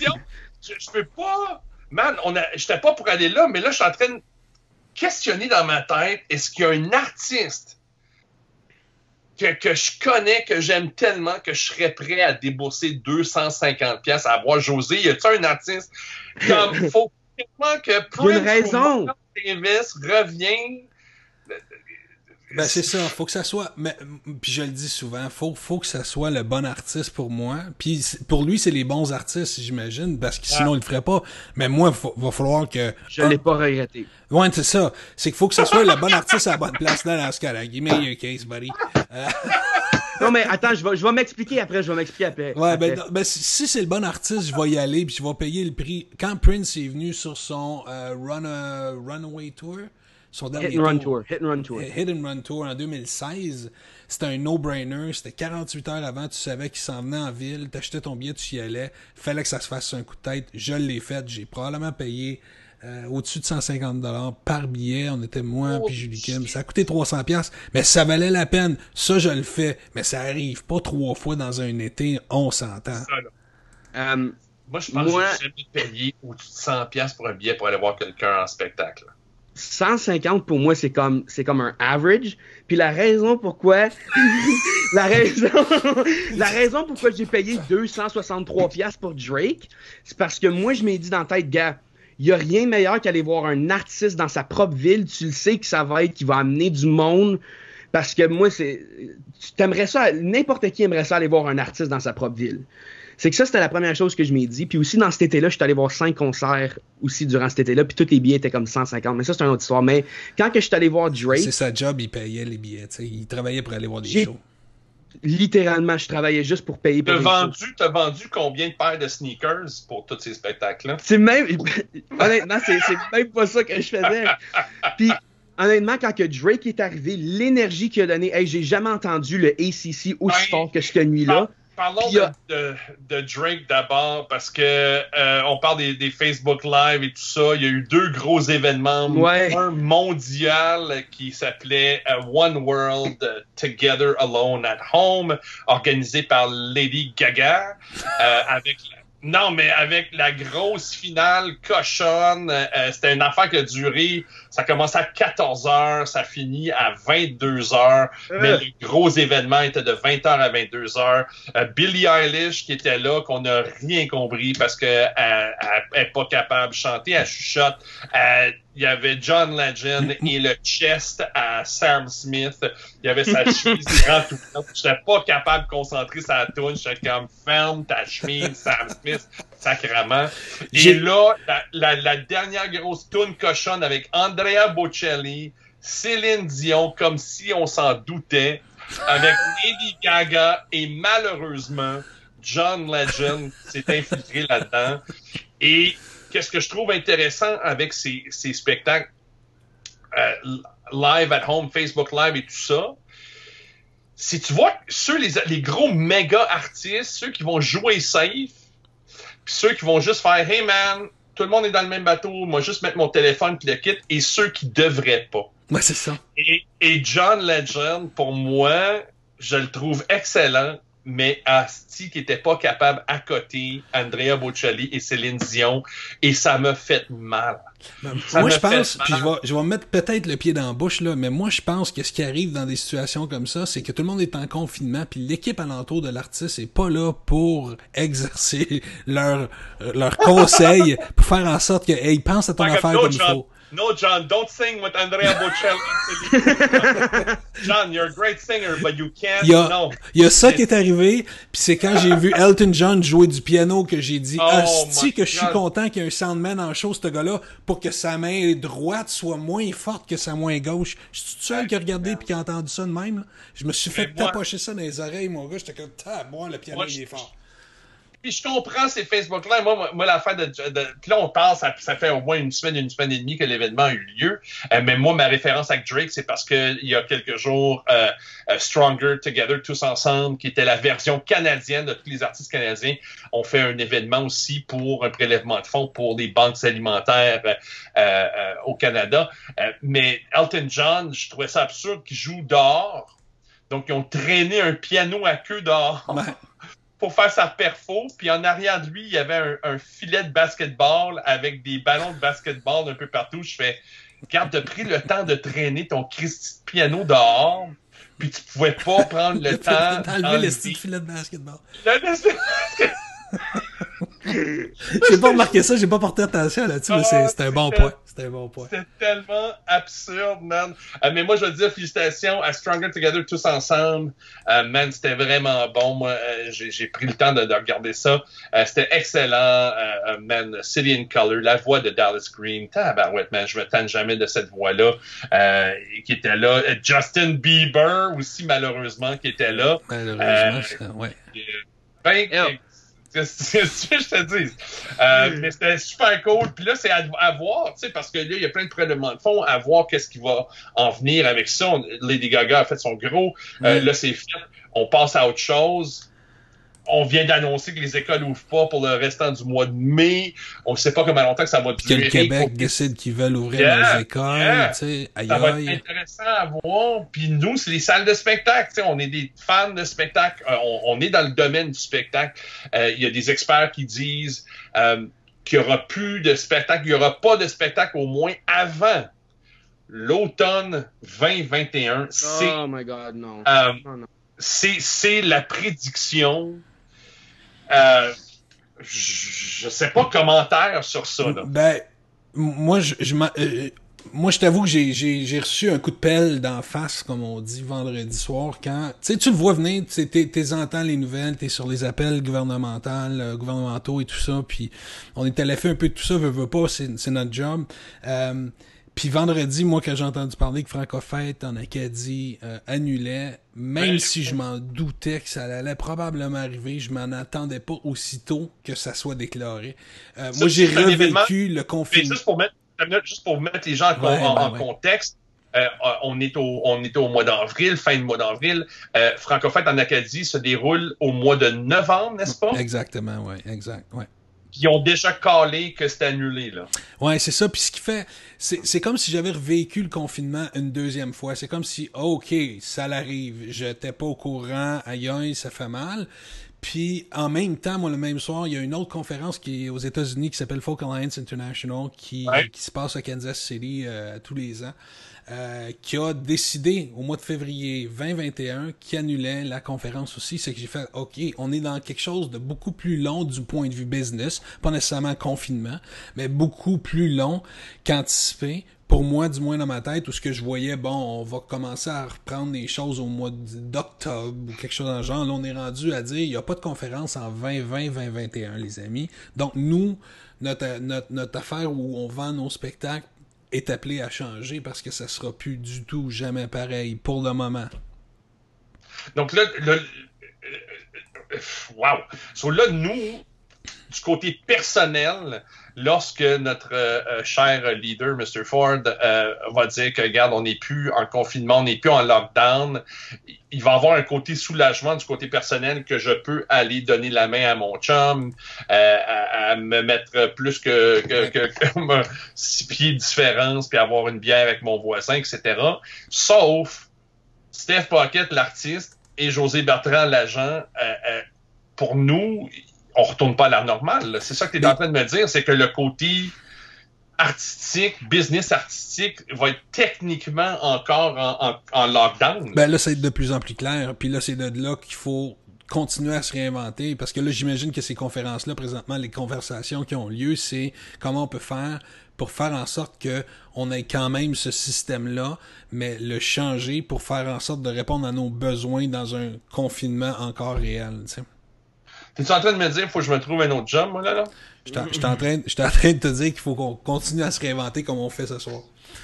je peux pas... Man, on a, j'étais pas pour aller là, mais là, je suis en train de questionner dans ma tête, est-ce qu'il y a un artiste Que, que je connais, que j'aime tellement, que je serais prêt à débourser deux cent cinquante piastres à voir José? Y a-t-il un artiste comme faut tellement que Prince raison. ou Davis revienne? Ben, c'est ça. Faut que ça soit, mais, puis je le dis souvent, faut, faut que ça soit le bon artiste pour moi. Puis pour lui, c'est les bons artistes, j'imagine, parce que sinon, il le ferait pas. Mais moi, il va falloir que... Je l'ai pas regretté. Ouais, c'est ça. C'est qu'il faut que ça soit le bon artiste à la bonne place là, dans ce cas-là. Give me your case, buddy. Euh... Non, mais attends, je vais, je vais m'expliquer après, je vais m'expliquer après. Ouais, après. ben, ben si, si c'est le bon artiste, je vais y aller, puis je vais payer le prix. Quand Prince est venu sur son euh, run, uh, Runaway Tour, son dernier Hit and Run tour, Tour, Hit and Run Tour. Hit and Run Tour en deux mille seize, c'était un no-brainer, c'était quarante-huit heures avant, tu savais qu'il s'en venait en ville, t'achetais ton billet, tu y allais, fallait que ça se fasse sur un coup de tête, je l'ai fait, j'ai probablement payé euh, au-dessus de cent cinquante dollars par billet, on était moi oh, puis Julie Kim, ça a coûté trois cents dollars, mais ça valait la peine, ça je le fais, mais ça arrive pas trois fois dans un été, on s'entend. Ça, um, moi, je pense moi... que j'ai jamais payé au-dessus de cent piastres pour un billet pour aller voir quelqu'un en spectacle. cent cinquante pour moi, c'est comme, c'est comme un average. Puis la raison pourquoi, la raison, la raison pourquoi j'ai payé deux cent soixante-trois piastres pour Drake, c'est parce que moi, je m'ai dit dans la tête, gars, il y a rien de meilleur qu'aller voir un artiste dans sa propre ville. Tu le sais que ça va être, qu'il va amener du monde. Parce que moi, c'est, tu t'aimerais ça, n'importe qui aimerait ça aller voir un artiste dans sa propre ville. C'est que ça, c'était la première chose que je m'ai dit. Puis aussi, dans cet été-là, je suis allé voir cinq concerts aussi durant cet été-là. Puis tous les billets étaient comme cent cinquante. Mais ça, c'est une autre histoire. Mais quand que je suis allé voir Drake... C'est sa job, il payait les billets. T'sais. Il travaillait pour aller voir des j'ai... shows. Littéralement, je travaillais juste pour payer pour t'as les vendu, shows. T'as vendu combien de paires de sneakers pour tous ces spectacles-là? C'est même... Honnêtement, c'est, c'est même pas ça que je faisais. Puis... Honnêtement, quand que Drake est arrivé, l'énergie qu'il a donnée, hey, j'ai jamais entendu le A C C aussi Ouais. fort que cette nuit-là. Parlons Puis, euh, de, de, de Drake d'abord, parce que euh, on parle des, des Facebook Live et tout ça. Il y a eu deux gros événements. Ouais. Un mondial qui s'appelait uh, One World Together Alone at Home, organisé par Lady Gaga, euh, avec la Non, mais avec la grosse finale cochonne, euh, c'était une affaire qui a duré, ça commence à quatorze heures, ça finit à vingt-deux heures, euh. mais le gros événement était de vingt heures à vingt-deux heures. Euh, Billie Eilish qui était là, qu'on n'a rien compris parce qu'elle n'est pas capable de chanter, elle chuchote. Euh, il y avait John Legend et le chest à Sam Smith. Il y avait sa chemise grand ouverte. J'étais pas capable de concentrer sa toune. J'étais comme, ferme ta chemise, Sam Smith, sacrément. Et là, la, la, la dernière grosse toune cochonne avec Andrea Bocelli, Céline Dion, comme si on s'en doutait, avec Lady Gaga et malheureusement, John Legend s'est infiltré là-dedans. Et qu'est-ce que je trouve intéressant avec ces, ces spectacles euh, live at home, Facebook Live et tout ça, si tu vois ceux, les, les gros méga artistes, ceux qui vont jouer safe, puis ceux qui vont juste faire « Hey man, tout le monde est dans le même bateau, moi juste mettre mon téléphone puis le kit », et ceux qui devraient pas. Ouais, c'est ça. Et, et John Legend, pour moi, je le trouve excellent, mais Asti qui était pas capable à côté Andrea Bocelli et Céline Dion, et ça m'a fait mal. Ça moi, je pense, puis je vais, je vais mettre peut-être le pied dans la bouche, là, mais moi, je pense que ce qui arrive dans des situations comme ça, c'est que tout le monde est en confinement, puis l'équipe alentour de l'artiste est pas là pour exercer leur, leur conseil, pour faire en sorte que, hey, pense à ton affaire comme il faut. No, John, don't sing with Andrea Bocelli. John, you're a great singer, but you can't. Il y a, no. Il y a ça qui est arrivé, puis c'est quand j'ai vu Elton John jouer du piano que j'ai dit, oh asti que je suis content qu'il y ait un soundman en show, ce gars-là, pour que sa main droite soit moins forte que sa main gauche. Je suis tout seul qui a regardé puis qui a entendu ça de même, là. Je me suis fait moi, tapocher ça dans les oreilles, mon gars. J'étais comme, tab, moi, le piano, moi, il est fort. Puis je comprends ces Facebook-là. Moi, moi l'affaire de, de... Puis là, on parle, ça, ça fait au moins une semaine, une semaine et demie que l'événement a eu lieu. Euh, mais moi, ma référence avec Drake, c'est parce que il y a quelques jours, euh, uh, Stronger Together, tous ensemble, qui était la version canadienne de tous les artistes canadiens, ont fait un événement aussi pour un prélèvement de fonds pour les banques alimentaires euh, euh, au Canada. Euh, mais Elton John, je trouvais ça absurde qu'il joue dehors. Donc, ils ont traîné un piano à queue dehors. Ouais. Pour faire sa perfo, puis en arrière de lui, il y avait un, un filet de basketball avec des ballons de basketball un peu partout. Je fais, regarde, t'as pris le temps de traîner ton Christy de piano dehors, puis tu pouvais pas prendre le temps d'enlever le style filet de basketball. Le... J'ai pas remarqué ça, j'ai pas porté attention là-dessus, mais c'est, c'est un bon point. C'est un bon point. C'était tellement absurde, man. Euh, mais moi, je veux dire félicitations à Stronger Together tous ensemble. Euh, man, c'était vraiment bon. Moi, euh, j'ai, j'ai pris le temps de, de regarder ça. Euh, c'était excellent, euh, man. City in Color, la voix de Dallas Green. Tabarouette, man. Je me tanne jamais de cette voix-là euh, qui était là. Justin Bieber aussi, malheureusement, qui était là. Malheureusement, euh, ouais. Ben, oh. Qu'est-ce que je te dis? Euh, mais c'était super cool. Puis là, c'est à, à voir, tu sais, parce que là, il y a plein de prélèvements de fonds, à voir qu'est-ce qui va en venir avec ça. On, Lady Gaga a fait son gros. Euh, mm. Là, c'est fait. On passe à autre chose. On vient d'annoncer que les écoles n'ouvrent pas pour le restant du mois de mai. On ne sait pas comment longtemps que ça va durer. Que le Québec pour... décide qu'ils veulent ouvrir yeah, les écoles. Yeah. Tu sais, aïe, ça va aïe. être intéressant à voir. Puis nous, c'est les salles de spectacle. Tu sais, on est des fans de spectacle. Euh, on, on est dans le domaine du spectacle. Euh, il y a des experts qui disent euh, qu'il n'y aura plus de spectacle. Il n'y aura pas de spectacle au moins avant l'automne vingt vingt et un. C'est, oh my God, non. Euh, oh, non. C'est, c'est la prédiction. Euh, je, je sais pas commentaire sur ça. Là. Ben, moi, je, je euh, moi, je t'avoue que j'ai, j'ai, j'ai reçu un coup de pelle d'en face, comme on dit, vendredi soir, quand, tu sais, tu le vois venir, tu sais, t'es, t'es entends les nouvelles, t'es sur les appels gouvernementaux, euh, gouvernementaux et tout ça, puis on est à l'effet un peu de tout ça, veut, veut pas, c'est, c'est notre job. Euh, Puis vendredi, moi, quand j'ai entendu parler que Francofête en Acadie euh, annulait, même ouais. si je m'en doutais que ça allait probablement arriver, je m'en attendais pas aussitôt que ça soit déclaré. Euh, ça, moi, j'ai revécu le confinement. Juste pour mettre, juste pour mettre les gens en, ouais, en, ben en ouais. contexte, Euh, on est au, on est au mois d'avril, fin du mois d'avril. Euh, Francofête en Acadie se déroule au mois de novembre, n'est-ce pas? Exactement, oui, exact, ouais. Puis ils ont déjà calé que c'était annulé, là. Ouais, c'est ça. Puis ce qui fait, c'est, c'est comme si j'avais revécu le confinement une deuxième fois. C'est comme si, oh, OK, ça l'arrive. J'étais pas au courant. Aïe, aïe, ça fait mal. Puis, en même temps, moi, le même soir, il y a une autre conférence qui est aux États-Unis qui s'appelle Folk Alliance International qui, ouais. qui se passe à Kansas City euh, tous les ans, euh, qui a décidé au mois de février vingt vingt et un qui annulait la conférence aussi. C'est que j'ai fait, OK, on est dans quelque chose de beaucoup plus long du point de vue business, pas nécessairement confinement, mais beaucoup plus long qu'anticipé. Pour moi, du moins dans ma tête, où ce que je voyais, bon, on va commencer à reprendre les choses au mois d'octobre ou quelque chose dans le genre. Là, on est rendu à dire, il n'y a pas de conférence en vingt vingt vingt vingt et un, les amis. Donc, nous, notre, notre, notre affaire où on vend nos spectacles est appelée à changer parce que ça sera plus du tout jamais pareil pour le moment. Donc là, le, wow! So là, nous, du côté personnel, lorsque notre euh, cher leader, mister Ford, euh, va dire que, regarde, on n'est plus en confinement, on n'est plus en lockdown, il va avoir un côté soulagement du côté personnel que je peux aller donner la main à mon chum, euh, à, à me mettre plus que, que, que, que six pieds de différence, puis avoir une bière avec mon voisin, et cetera. Sauf Steph Paquette, l'artiste, et José Bertrand, l'agent, euh, euh, pour nous, on retourne pas à l'art normale. Là. C'est ça que tu es en train de me dire, c'est que le côté artistique, business artistique, va être techniquement encore en, en, en lockdown. Ben là, c'est de plus en plus clair. Puis là, c'est de là qu'il faut continuer à se réinventer. Parce que là, j'imagine que ces conférences-là, présentement, les conversations qui ont lieu, c'est comment on peut faire pour faire en sorte que on ait quand même ce système-là, mais le changer pour faire en sorte de répondre à nos besoins dans un confinement encore réel, tu sais. T'es-tu en train de me dire qu'il faut que je me trouve un autre job, moi, là, là? J'étais en, en, train, en train de te dire qu'il faut qu'on continue à se réinventer comme on fait ce soir.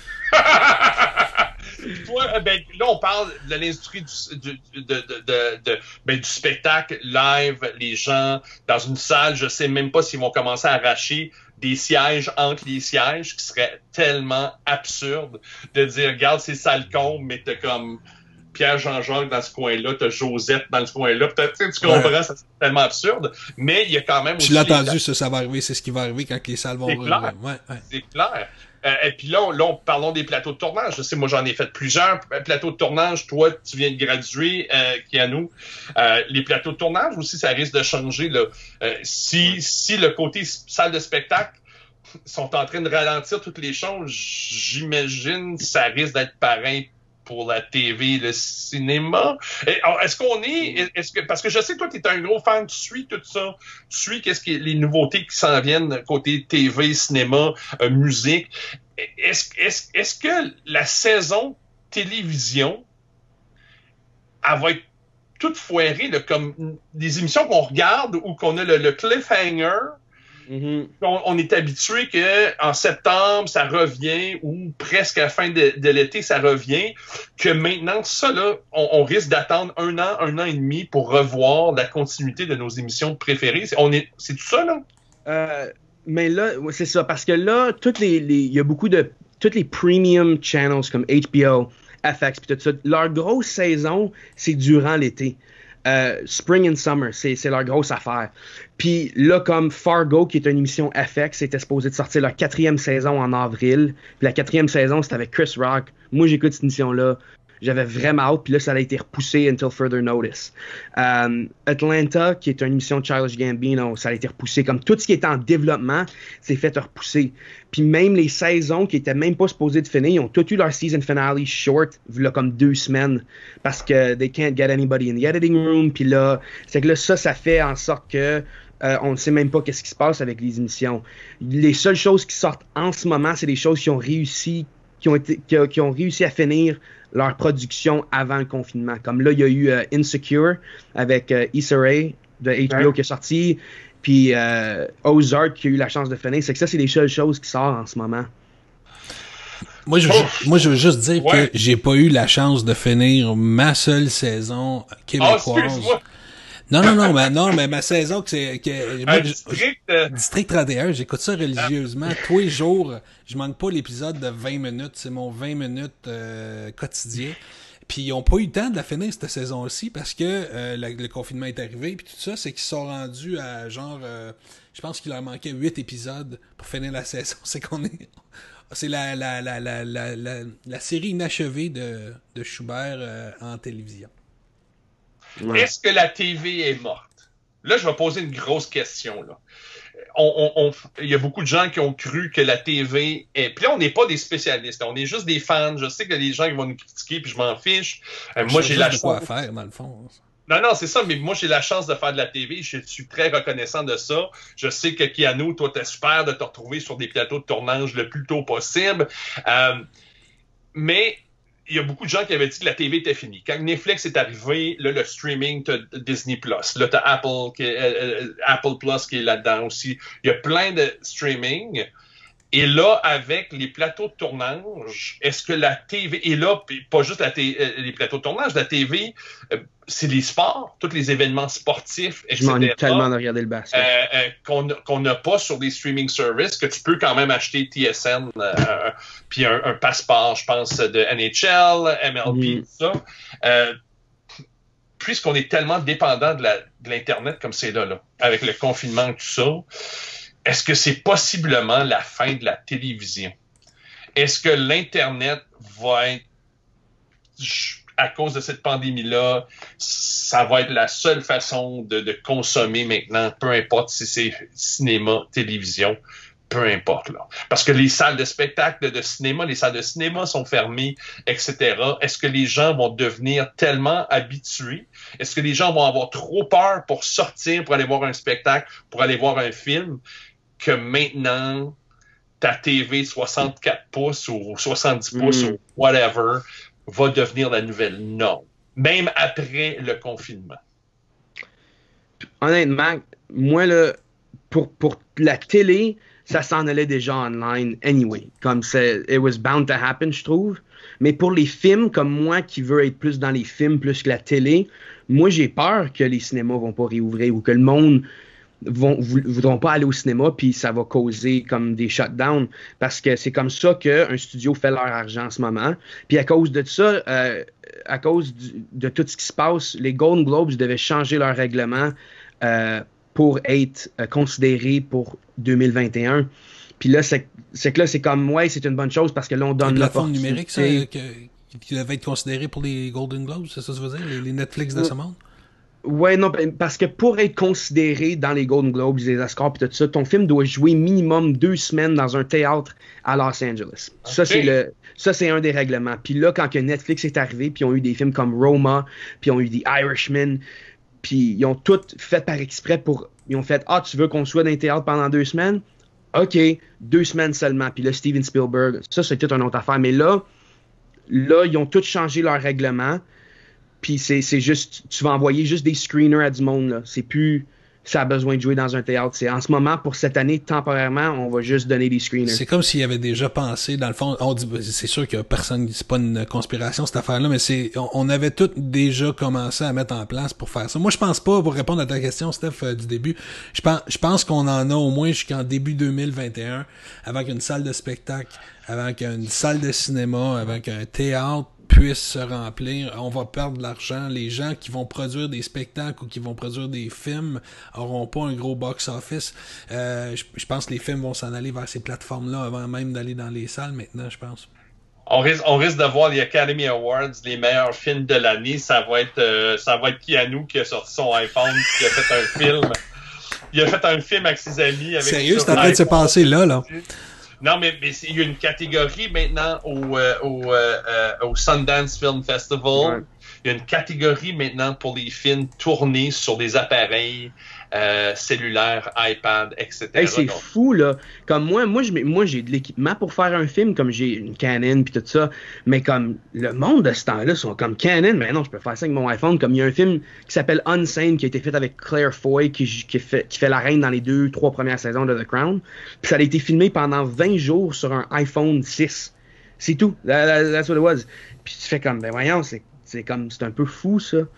Toi, ben, là, on parle de l'industrie du, du, de, de, de, de, ben, du spectacle live, les gens dans une salle, je sais même pas s'ils vont commencer à arracher des sièges entre les sièges, qui serait tellement absurde de dire, regarde, c'est sale con, mais t'as comme Pierre Jean-Jacques dans ce coin-là, t'as Josette dans ce coin-là, peut-être, tu comprends, ouais. Ça, c'est tellement absurde, mais il y a quand même aussi... Je l'ai entendu, les... ça, ça va arriver, c'est ce qui va arriver quand les salles vont... C'est clair, ouais, ouais. C'est clair. Euh, et puis là, on, là, on, parlons des plateaux de tournage. Je sais, moi, j'en ai fait plusieurs plateaux de tournage. Toi, tu viens de graduer, euh, Keanu. Euh, les plateaux de tournage aussi, ça risque de changer, là. Euh, si, si le côté salle de spectacle sont en train de ralentir toutes les choses, j'imagine que ça risque d'être pareil pour la T V, le cinéma. Et, alors, est-ce qu'on est, est-ce que, parce que je sais que toi, tu es un gros fan, tu suis tout ça, tu suis qu'est-ce qui, les nouveautés qui s'en viennent côté T V, cinéma, euh, musique. Est-ce, est-ce, est-ce que la saison télévision, elle va être toute foirée, là, comme des émissions qu'on regarde ou qu'on a le, le cliffhanger? Mm-hmm. On, on est habitué que en septembre, ça revient, ou presque à la fin de, de l'été, ça revient, que maintenant, ça, là, on, on risque d'attendre un an, un an et demi pour revoir la continuité de nos émissions préférées. C'est, on est, c'est tout ça, là? Euh, mais là, c'est ça, parce que là, toutes les, les, il y a beaucoup de, toutes les premium channels comme H B O, F X, puis tout ça, leur grosse saison, c'est durant l'été. Euh, Spring and Summer, c'est, c'est leur grosse affaire. Puis là, comme Fargo, qui est une émission F X, était supposé de sortir leur quatrième saison en avril. Puis la quatrième saison, c'était avec Chris Rock. Moi, j'écoute cette émission-là. J'avais vraiment hâte. Puis là, ça a été repoussé until further notice. Um, Atlanta, qui est une émission de Childish Gambino, ça a été repoussé. Comme tout ce qui est en développement, c'est fait repousser. Puis même les saisons qui étaient même pas supposées de finir, ils ont tous eu leur season finale short, là, comme deux semaines, parce que they can't get anybody in the editing room. Puis là, c'est que là, ça, ça fait en sorte que euh, on ne sait même pas qu'est-ce qui se passe avec les émissions. Les seules choses qui sortent en ce moment, c'est des choses qui ont réussi, qui ont été, qui, qui ont réussi à finir leur production avant le confinement. Comme là, il y a eu euh, Insecure avec euh, Issa Rae de H B O ouais. qui est sorti, puis euh, Ozark qui a eu la chance de finir. C'est que ça, c'est les seules choses qui sortent en ce moment. Moi, je, oh. moi, je veux juste dire ouais. que j'ai pas eu la chance de finir ma seule saison québécoise. Oh, excuse-moi. Non, non, non, mais, non, mais ma saison, que c'est, que, moi, un district, euh... District trente et un, j'écoute ça religieusement. Ah. Tous les jours, je manque pas l'épisode de vingt minutes. C'est mon vingt minutes euh, quotidien. Puis ils ont pas eu le temps de la finir cette saison-ci parce que euh, le, le confinement est arrivé. Puis tout ça, c'est qu'ils sont rendus à genre... Euh, je pense qu'il leur manquait huit épisodes pour finir la saison. C'est qu'on est... C'est la, la, la, la, la, la, la série inachevée de, de Schubert euh, en télévision. Ouais. Est-ce que la T V est morte? Là, je vais poser une grosse question. Là. On, on, on, il y a beaucoup de gens qui ont cru que la T V est... Puis là, on n'est pas des spécialistes. On est juste des fans. Je sais que les gens qui vont nous critiquer, puis je m'en fiche. Euh, moi, j'ai la chance... quoi faire, dans le fond. Non, non, c'est ça, mais moi, j'ai la chance de faire de la T V. Je suis très reconnaissant de ça. Je sais que Keanu, toi, t'es super de te retrouver sur des plateaux de tournage le plus tôt possible. Euh, mais il y a beaucoup de gens qui avaient dit que la T V était finie. Quand Netflix est arrivé, là, le streaming, t'as Disney Plus. Là, t'as Apple, qui est, euh, Apple Plus qui est là-dedans aussi. Il y a plein de streaming. Et là, avec les plateaux de tournage, est-ce que la T V... Et là, pas juste la t- les plateaux de tournage, la T V, euh, c'est les sports, tous les événements sportifs, et cetera. Je m'ennuie tellement de regarder le basket. Euh, euh, qu'on, qu'on n'a pas sur des streaming services, que tu peux quand même acheter T S N, euh, puis un, un passeport, je pense, de N H L, M L B, mm. tout ça. Euh, puisqu'on est tellement dépendant de, la, de l'Internet comme c'est là, là, avec le confinement et tout ça, est-ce que c'est possiblement la fin de la télévision? Est-ce que l'Internet va être, à cause de cette pandémie-là, ça va être la seule façon de, de consommer maintenant, peu importe si c'est cinéma, télévision, peu importe, là. Parce que les salles de spectacle, de cinéma, les salles de cinéma sont fermées, et cetera. Est-ce que les gens vont devenir tellement habitués? Est-ce que les gens vont avoir trop peur pour sortir, pour aller voir un spectacle, pour aller voir un film, que maintenant, ta T V soixante-quatre pouces ou soixante-dix pouces mm. ou whatever va devenir la nouvelle norme, même après le confinement? Honnêtement, moi, là, pour, pour la télé, ça s'en allait déjà online anyway. Comme c'est, it was bound to happen, je trouve. Mais pour les films, comme moi qui veux être plus dans les films plus que la télé, moi, j'ai peur que les cinémas vont pas réouvrir ou que le monde vont, voudront pas aller au cinéma puis ça va causer comme des shutdowns parce que c'est comme ça qu'un studio fait leur argent en ce moment. Puis à cause de ça, euh, à cause du, de tout ce qui se passe, les Golden Globes devaient changer leur règlement euh, pour être euh, considérés pour deux mille vingt et un. Puis là, c'est, c'est que là, c'est comme, ouais, c'est une bonne chose parce que là, on donne la plateforme numérique, ça, que, qui devait être considéré pour les Golden Globes, c'est ça que ça veut dire, les, les Netflix de ce monde? Ouais, non, parce que pour être considéré dans les Golden Globes, les Oscars et tout ça, ton film doit jouer minimum deux semaines dans un théâtre à Los Angeles. Okay. Ça, c'est le, ça, c'est un des règlements. Puis là, quand que Netflix est arrivé, puis ils ont eu des films comme Roma, puis ils ont eu The Irishman, puis ils ont tout fait par exprès pour... Ils ont fait « Ah, tu veux qu'on soit dans un théâtre pendant deux semaines? OK, deux semaines seulement. » Puis là, Steven Spielberg, ça, c'est toute une autre affaire. Mais là, là, ils ont tous changé leur règlement. Puis c'est, c'est juste, tu vas envoyer juste des screeners à du monde, là. C'est plus, ça a besoin de jouer dans un théâtre. C'est en ce moment, pour cette année, temporairement, on va juste donner des screeners. C'est comme s'il y avait déjà pensé, dans le fond, on dit, c'est sûr qu'il y a personne, c'est pas une conspiration, cette affaire-là, mais c'est, on, on avait tout déjà commencé à mettre en place pour faire ça. Moi, je pense pas, pour répondre à ta question, Steph, euh, du début, je pense, je pense qu'on en a au moins jusqu'en début deux mille vingt et un, avec une salle de spectacle, avec une salle de cinéma, avec un théâtre, puisse se remplir, on va perdre de l'argent. Les gens qui vont produire des spectacles ou qui vont produire des films auront pas un gros box-office. Euh, je, je pense que les films vont s'en aller vers ces plateformes-là avant même d'aller dans les salles maintenant, je pense. On risque, on risque de voir les Academy Awards, les meilleurs films de l'année. Ça va être, euh, ça va être Keanu qui a sorti son iPhone, qui a fait un film. Il a fait un film avec ses amis. Avec Sérieux, c'est en train de se passer là, là. Non, mais, mais il y a une catégorie maintenant au, euh, au, euh, euh, au Sundance Film Festival. Ouais. Il y a une catégorie maintenant pour les films tournés sur des appareils euh, cellulaires, iPad, et cetera. Hey, c'est donc fou, là. Comme moi, moi, je, moi, j'ai de l'équipement pour faire un film, comme j'ai une Canon puis tout ça. Mais comme le monde de ce temps-là sont comme Canon, mais non, je peux faire ça avec mon iPhone. Comme il y a un film qui s'appelle Unsane qui a été fait avec Claire Foy, qui, qui, fait, qui fait la reine dans les deux, trois premières saisons de The Crown. Puis ça a été filmé pendant vingt jours sur un iPhone six. C'est tout. That, that's what it was. Puis tu fais comme, ben voyons, c'est C'est comme, c'est un peu fou, ça.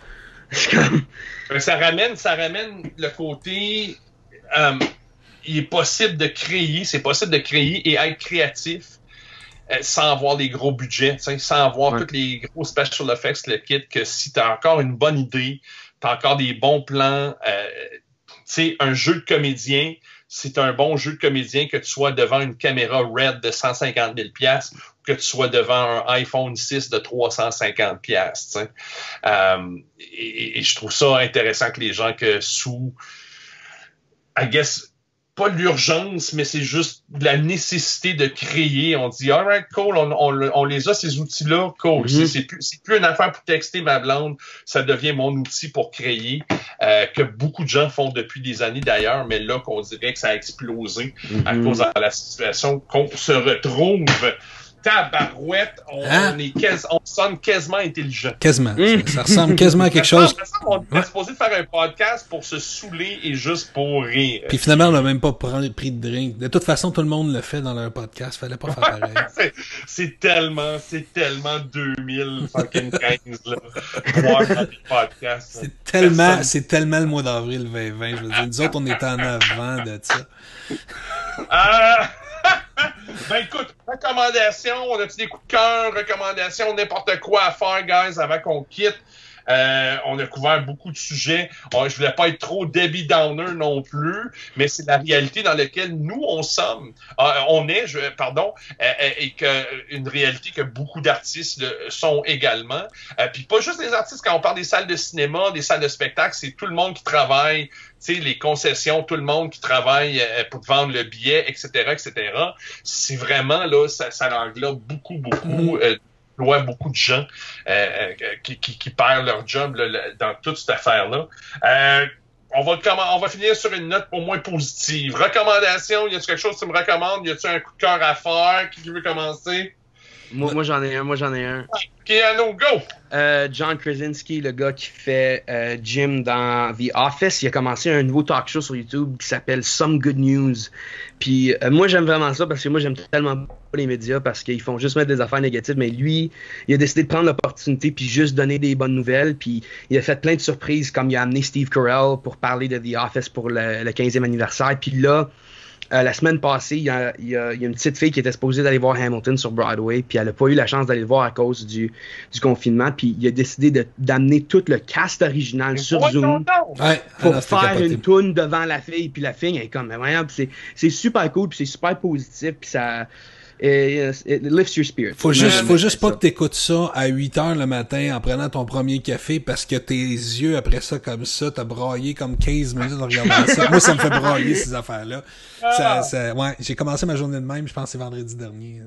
C'est comme... Ça ramène, ça ramène le côté... Euh, il est possible de créer, c'est possible de créer et être créatif euh, sans avoir les gros budgets, sans avoir ouais. tous les gros special effects, le kit, que si tu as encore une bonne idée, tu as encore des bons plans, euh, tu sais, un jeu de comédien, c'est un bon jeu de comédien que tu sois devant une caméra RED de cent cinquante mille dollars ou que tu sois devant un iPhone six de trois cent cinquante dollars. Euh, et, et je trouve ça intéressant que les gens que sous, I guess, pas l'urgence, mais c'est juste la nécessité de créer. On dit, alright, cool, on, on, on les a, ces outils-là, cool. Mm-hmm. C'est plus, c'est plus une affaire pour texter ma blonde, ça devient mon outil pour créer, euh, que beaucoup de gens font depuis des années d'ailleurs, mais là qu'on dirait que ça a explosé mm-hmm. à cause de la situation qu'on se retrouve. Tabarouette, on, hein? on, est quasi, on sonne quasiment intelligent. Quasiment. Mmh. Ça, ça ressemble quasiment à quelque chose. On est ouais. supposé faire un podcast pour se saouler et juste pour rire. Puis finalement, on n'a même pas pris de drink. De toute façon, tout le monde le fait dans leur podcast. Fallait pas faire pareil. c'est, c'est tellement, c'est tellement deux mille quinze, là. Voir dans des podcasts. C'est tellement, personne... c'est tellement le mois d'avril vingt vingt. Je veux dire, nous autres, on est en avant de ça. Ah! Ben écoute, recommandations, on a-tu des coups de cœur, recommandations, n'importe quoi à faire, guys, avant qu'on quitte. Euh, on a couvert beaucoup de sujets. On, je voulais pas être trop Debbie Downer non plus, mais c'est la réalité dans laquelle nous on sommes, euh, on est, je, pardon, euh, et que une réalité que beaucoup d'artistes le, sont également. Euh, Puis pas juste les artistes. Quand on parle des salles de cinéma, des salles de spectacle, c'est tout le monde qui travaille. Tu sais, les concessions, tout le monde qui travaille euh, pour te vendre le billet, et cetera, et cetera. C'est vraiment là, ça, ça englobe beaucoup, beaucoup. Euh, vois beaucoup de gens euh, qui, qui, qui perdent leur job là, dans toute cette affaire-là. Euh, on va on va finir sur une note au moins positive. Recommandation, y a-t-il quelque chose que tu me recommandes? Y a-t-il un coup de cœur à faire? Qui veut commencer? Moi, moi j'en ai un, moi j'en ai un. Keanu, go! Euh, John Krasinski, le gars qui fait euh, Jim dans The Office, il a commencé un nouveau talk show sur YouTube qui s'appelle Some Good News. Puis euh, moi j'aime vraiment ça parce que moi j'aime tellement pas les médias parce qu'ils font juste mettre des affaires négatives, mais lui, il a décidé de prendre l'opportunité puis juste donner des bonnes nouvelles. Puis il a fait plein de surprises, comme il a amené Steve Carell pour parler de The Office pour le, le quinzième anniversaire. Puis là, Euh, la semaine passée, il y, a, il, y a, il y a une petite fille qui était supposée d'aller voir Hamilton sur Broadway, puis elle n'a pas eu la chance d'aller le voir à cause du, du confinement, puis il a décidé de, d'amener tout le cast original Mais sur Zoom ouais, pour alors, faire une toune devant la fille, puis la fille elle est comme, mais voyons, c'est, c'est super cool, puis c'est super positif, puis ça... It, it lifts your spirit. Faut juste, faut juste pas ça. Que t'écoutes ça à huit heures le matin en prenant ton premier café parce que tes yeux après ça comme ça, t'as braillé comme quinze minutes en regardant ça. Moi, ça me fait brailler ces affaires-là. Ça, ça, ouais, j'ai commencé ma journée de même, je pense que c'est vendredi dernier.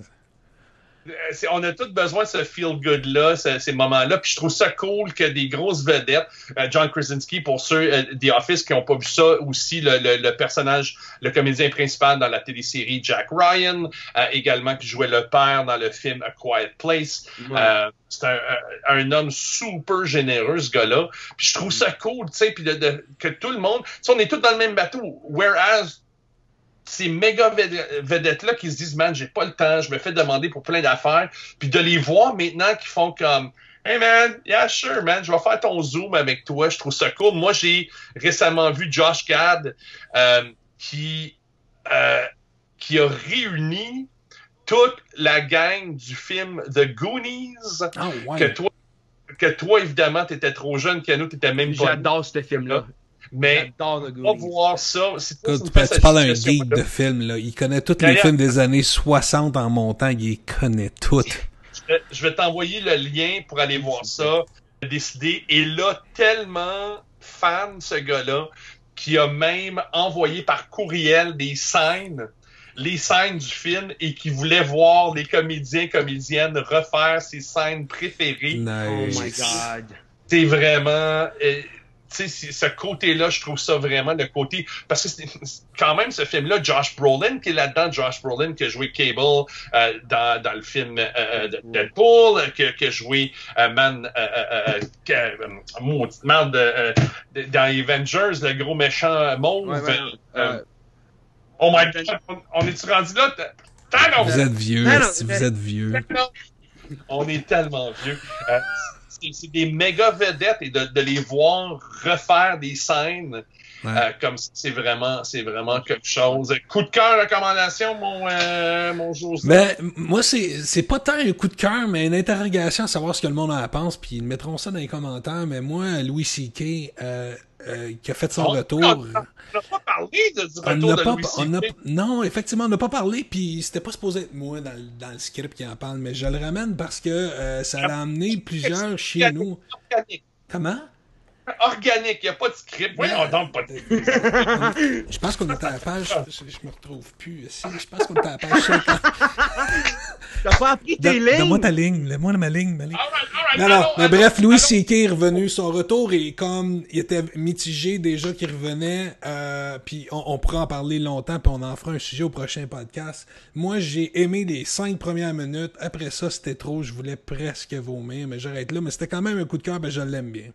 C'est, on a tous besoin de ce feel-good-là, ce, ces moments-là. Puis je trouve ça cool que des grosses vedettes, euh, John Krasinski, pour ceux euh, des Office qui n'ont pas vu ça, aussi le, le, le personnage, le comédien principal dans la télésérie Jack Ryan, euh, également qui jouait le père dans le film A Quiet Place. Ouais. Euh, c'est un, un, un homme super généreux, ce gars-là. Puis je trouve ça cool, tu sais, puis de, de, que tout le monde... Tu sais, on est tous dans le même bateau. Whereas... ces méga vedettes-là qui se disent « Man, j'ai pas le temps, je me fais demander pour plein d'affaires. » Puis de les voir maintenant qui font comme « Hey man, yeah sure man, je vais faire ton Zoom avec toi. » Je trouve ça cool. Moi, j'ai récemment vu Josh Gad euh, qui, euh, qui a réuni toute la gang du film The Goonies. Oh, ouais. que, toi, que toi, évidemment, t'étais trop jeune, Keanu, t'étais même pas... J'adore ce film-là. Mais on va voir ça. C'est toi, tu, tu parles d'un geek de film, là. Il connaît tous les films des années soixante en montant. Il les connaît toutes. Je vais, je vais t'envoyer le lien pour aller voir ça. Décider. Et là, tellement fan, ce gars-là, qui a même envoyé par courriel des scènes, les scènes du film, et qui voulait voir les comédiens, comédiennes refaire ses scènes préférées. Nice. Oh my God. C'est vraiment... Euh, tu sais, ce côté-là, je trouve ça vraiment le côté... Parce que c'est quand même ce film-là, Josh Brolin qui est là-dedans, Josh Brolin qui a joué Cable euh, dans, dans le film euh, de Deadpool, qui, qui a joué euh, Man... Euh, euh, euh, maudit, man de, euh, dans Avengers, le gros méchant mauve. Ouais, ouais, euh, euh, oh my God, on, on est-tu rendu là? Thanos! Vous êtes vieux, Thanos, si vous êtes vieux. On est tellement vieux. Euh, c'est, c'est des méga vedettes et de, de les voir refaire des scènes ouais. euh, comme ça, c'est vraiment, c'est vraiment quelque chose. Coup de cœur, recommandation, mon, euh, mon José? Ben, moi, c'est, c'est pas tant un coup de cœur, mais une interrogation à savoir ce que le monde en pense, puis ils mettront ça dans les commentaires. Mais moi, Louis C K, euh, euh, qui a fait son on, retour... On n'a pas parlé de, du retour de pas, Louis C K. Non, effectivement, on n'a pas parlé, puis c'était pas supposé être moi dans, dans le script qui en parle, mais je le ramène parce que euh, ça a amené plusieurs chez nous. Organique. Comment? Organique, il n'y a pas de script. Oui, on donne pas de script. Je pense qu'on était à la page. Je, je me retrouve plus. Si, je pense qu'on était à la page cinquante. T'as pas appris tes lignes? Donne-moi ta ligne. Donne-moi ma ligne. Ma ligne. All right, all right, non, non. allons, Mais allons, bref, Louis allons. C K est revenu. Son retour et comme il était mitigé déjà qu'il revenait, euh, puis on, on pourra en parler longtemps, puis on en fera un sujet au prochain podcast. Moi, j'ai aimé les cinq premières minutes. Après ça, c'était trop. Je voulais presque vomir, mais j'arrête là. Mais c'était quand même un coup de cœur, ben je l'aime bien.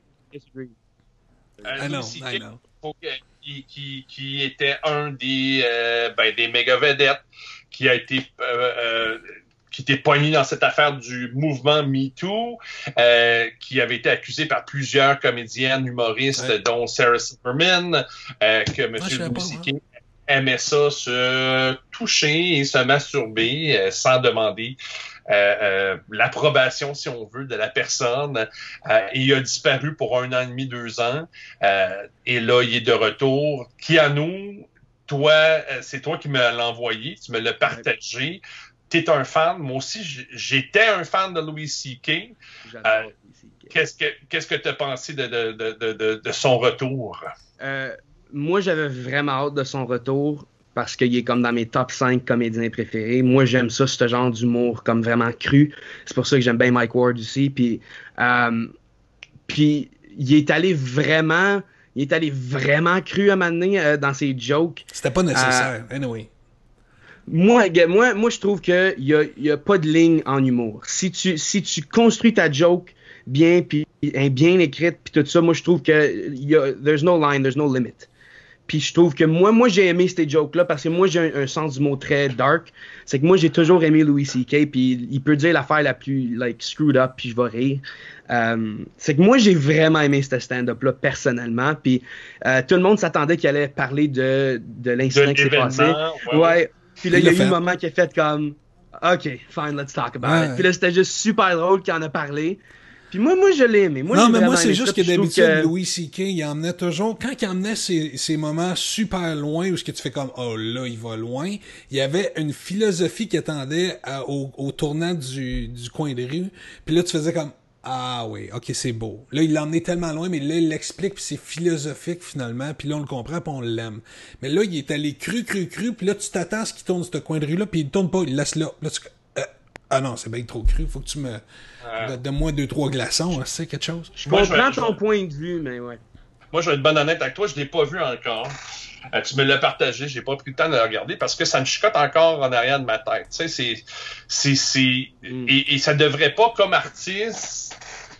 Euh, I know, C K, I know. Qui, qui, qui était un des, euh, ben, des méga vedettes qui a été euh, euh, qui était pogné dans cette affaire du mouvement MeToo, euh, qui avait été accusé par plusieurs comédiennes humoristes, ouais. dont Sarah Silverman, euh, que M. Louis C K aimait ça se toucher et se masturber euh, sans demander Euh, euh, l'approbation, si on veut, de la personne. Euh, et il a disparu pour un an et demi, deux ans. Euh, et là, il est de retour. Keanu, toi, euh, c'est toi qui me l'as envoyé, tu me l'as partagé. T'es un fan. Moi aussi, j'étais un fan de Louis C K. Euh, Louis C K. Qu'est-ce que qu'est-ce que t'as pensé de, de, de, de, de son retour? Euh, moi, j'avais vraiment hâte de son retour. Parce qu'il est comme dans mes top cinq comédiens préférés. Moi, j'aime ça, ce genre d'humour comme vraiment cru. C'est pour ça que j'aime bien Mike Ward aussi. Puis, euh, puis il est allé vraiment, il est allé vraiment cru à un moment donné euh, dans ses jokes. C'était pas nécessaire, euh, anyway. Moi, moi, moi, je trouve qu'il y a, y a pas de ligne en humour. Si tu, si tu construis ta joke bien, puis bien écrite, puis tout ça, moi, je trouve que y a, there's no line, there's no limit. Puis je trouve que moi, moi j'ai aimé ces jokes-là parce que moi, j'ai un, un sens du mot très dark. C'est que moi, j'ai toujours aimé Louis C K, puis il peut dire l'affaire la plus, like, screwed up, puis je vais rire. Euh, c'est que moi, j'ai vraiment aimé ce stand-up-là, personnellement. Puis euh, tout le monde s'attendait qu'il allait parler de, de l'incident qui s'est passé. Ouais. ouais. Puis là, il y a eu un moment qui a fait comme, OK, fine, let's talk about ouais. it. Puis là, c'était juste super drôle qu'il en a parlé. Puis moi, moi, je l'ai aimé. Moi, non, mais moi, c'est aimé juste ça, que d'habitude, que... Louis C K, il emmenait toujours, quand il emmenait ces, ces moments super loin, où ce que tu fais comme, oh là, il va loin, il y avait une philosophie qui attendait à, au, au tournant du, du coin de rue. Puis là, tu faisais comme, ah oui, ok, c'est beau. Là, il l'a emmené tellement loin, mais là, il l'explique, puis c'est philosophique, finalement, puis là, on le comprend, puis on l'aime. Mais là, il est allé cru, cru, cru, puis là, tu t'attends à ce qu'il tourne ce coin de rue-là, puis il tourne pas, il laisse là. Là, tu... euh, ah non, c'est bien trop cru, faut que tu me... Euh... Donne-moi deux, trois glaçons, hein, c'est quelque chose. Je comprends ton point de vue, mais ouais. Moi, je vais être bonne honnête avec toi, je l'ai pas vu encore. Euh, tu me l'as partagé, j'ai pas pris le temps de le regarder parce que ça me chicote encore en arrière de ma tête. Tu sais, c'est... c'est, c'est... Mm. Et, et ça devrait pas, comme artiste...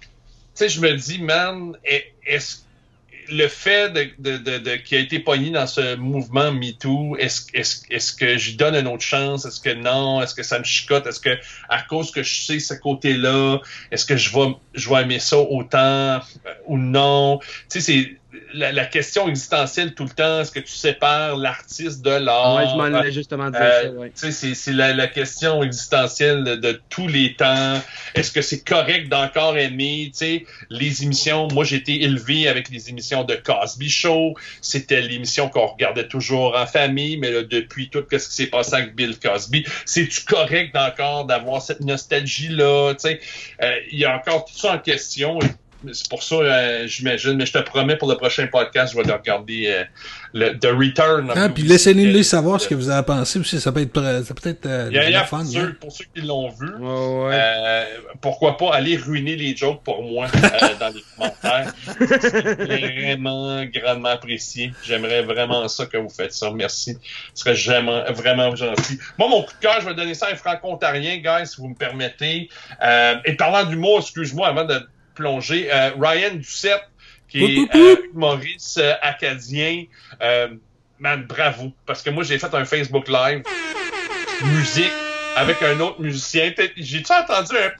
Tu sais, je me dis, man, est-ce le fait de, de, de, de qui a été pogné dans ce mouvement MeToo, est-ce, est-ce, est-ce que j'y donne une autre chance? Est-ce que non? Est-ce que ça me chicote? Est-ce que, à cause que je sais ce côté-là, est-ce que je vais, je vais aimer ça autant ou non? Tu sais, c'est la, la question existentielle tout le temps. Est-ce que tu sépares l'artiste de l'art? Ouais, je m'en allais justement dire euh, ça, ouais. Tu sais, c'est, c'est la, la question existentielle de, de tous les temps. Est-ce que c'est correct d'encore aimer, tu sais, les émissions? Moi, j'ai été élevé avec les émissions de Cosby Show. C'était l'émission qu'on regardait toujours en famille, mais là, depuis tout ce qui s'est passé avec Bill Cosby, c'est-tu correct encore d'avoir cette nostalgie-là? Tu sais, euh, il y a encore tout ça en question. C'est pour ça, euh, j'imagine, mais je te promets pour le prochain podcast, je vais le regarder euh, le The Return. Ah, puis laissez-nous savoir ce que vous avez pensé aussi, ça peut être, ça peut être euh, il y a, il y a fun. Pour, ceux, hein? pour ceux qui l'ont vu, oh, ouais. euh, pourquoi pas aller ruiner les jokes pour moi euh, dans les commentaires. C'est vraiment grandement apprécié. J'aimerais vraiment ça que vous faites ça. Merci. Ce serait vraiment, vraiment gentil. Moi, mon coup de cœur, je vais donner ça à un franco-ontarien, guys, si vous me permettez. Euh, et parlant d'humour, excuse-moi, avant de plonger, euh, Ryan Doucette, qui est euh, humoriste euh, acadien. Euh, man, bravo. Parce que moi, j'ai fait un Facebook Live musique avec un autre musicien. J'ai-tu entendu un...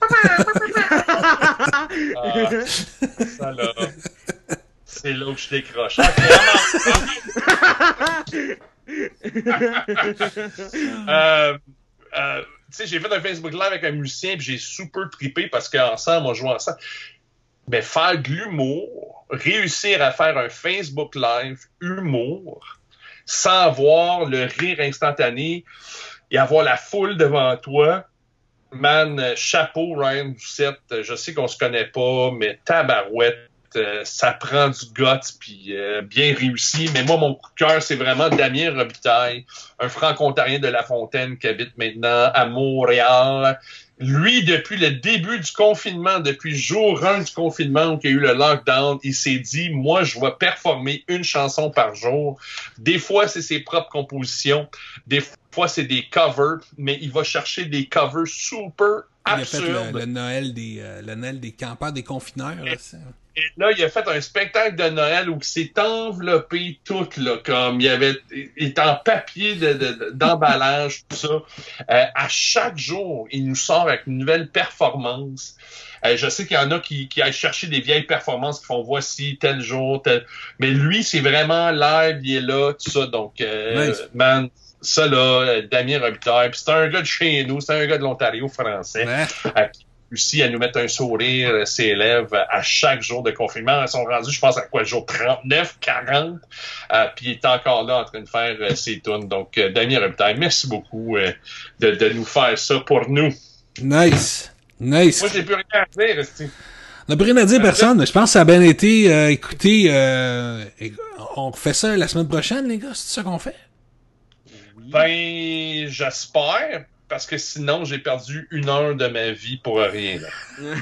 ah, ça là... C'est là où je décroche. Ah, euh, euh, tu sais, j'ai fait un Facebook Live avec un musicien puis j'ai super trippé parce qu'ensemble, on joue ensemble. Mais faire de l'humour, réussir à faire un Facebook Live humour, sans avoir le rire instantané et avoir la foule devant toi, man, chapeau, Ryan Doucette. Je sais qu'on se connaît pas, mais tabarouette. Euh, ça prend du guts puis euh, bien réussi. Mais moi, mon coup de cœur, c'est vraiment Damien Robitaille, un franco-ontarien de La Fontaine qui habite maintenant à Montréal. Lui, depuis le début du confinement, depuis jour un du confinement où il y a eu le lockdown, il s'est dit, moi, je vais performer une chanson par jour. Des fois, c'est ses propres compositions. Des fois, c'est des covers, mais il va chercher des covers super absurdes. Il a fait le, le Noël des, euh, le Noël des campeurs, des confineurs. Là, ça. Et là, il a fait un spectacle de Noël où il s'est enveloppé tout, là, comme il avait, il est en papier de, de, d'emballage, tout ça. Euh, à chaque jour, il nous sort avec une nouvelle performance. Euh, je sais qu'il y en a qui, qui aillent chercher des vieilles performances qui font voici tel jour, tel. Mais lui, c'est vraiment live, il est là, tout ça. Donc, euh, nice. Man, ça là, Damien Robitaille. Puis c'est un gars de chez nous, c'est un gars de l'Ontario français. Ouais. Euh, aussi à nous mettre un sourire ses lèvres à chaque jour de confinement. Ils sont rendus, je pense, à quoi, le jour trente-neuf, quarante, euh, puis il est encore là en train de faire euh, ses tunes. Donc, euh, Damien Robitaille, merci beaucoup euh, de, de nous faire ça pour nous. Nice. Nice. Moi, j'ai plus rien à dire, Esti. On n'a plus rien à dire, personne. Je pense que ça a bien été. Euh, écoutez, euh, on fait ça la semaine prochaine, les gars? C'est ça qu'on fait? Ben, j'espère. Parce que sinon, j'ai perdu une heure de ma vie pour rien. Là.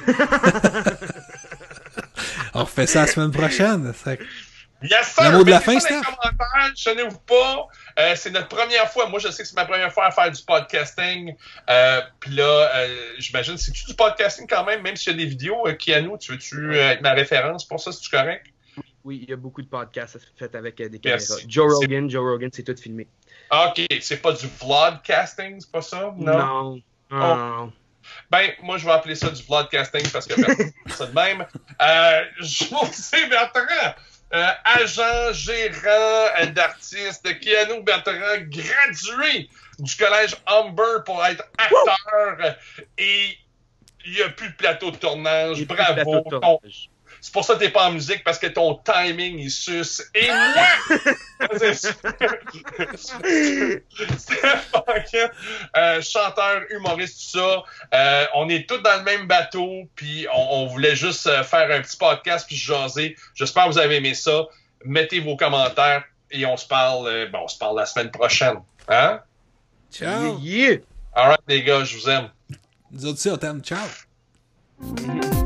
On refait ça la semaine prochaine. Ça... Yes, sir! Le mot de la fin, Steph? Commentaires, gênez-vous pas. Euh, c'est notre première fois. Moi, je sais que c'est ma première fois à faire du podcasting. Euh, Puis là, euh, j'imagine, c'est-tu du podcasting quand même, même s'il y a des vidéos? Euh, Kianou, tu veux-tu euh, être ma référence pour ça, c'est-tu correct? Oui, il y a beaucoup de podcasts faits avec euh, des caméras. Yes. Joe Rogan, c'est... Joe Rogan, c'est tout filmé. OK, c'est pas du vlogcasting, c'est pas ça? Non. Non. Oh. Ben, moi, je vais appeler ça du vlogcasting parce que c'est ça de même. Euh, José Bertrand, euh, agent, gérant euh, d'artiste, Kianou Bertrand, gradué du collège Humber pour être acteur. Woo! Et il n'y a plus de plateau de tournage. Il Bravo. De tournage. C'est pour ça que t'es pas en musique, parce que ton timing, il suce. Et moi! Steph Paquette, euh, chanteur, humoriste, tout ça. Euh, on est tous dans le même bateau, puis on, on voulait juste euh, faire un petit podcast puis jaser. J'espère que vous avez aimé ça. Mettez vos commentaires et on se parle, euh, bon, on se parle la semaine prochaine. Hein? Ciao! Yeah, yeah. All right, les gars, je vous aime. Nous autres aussi, on t'aime. Ciao!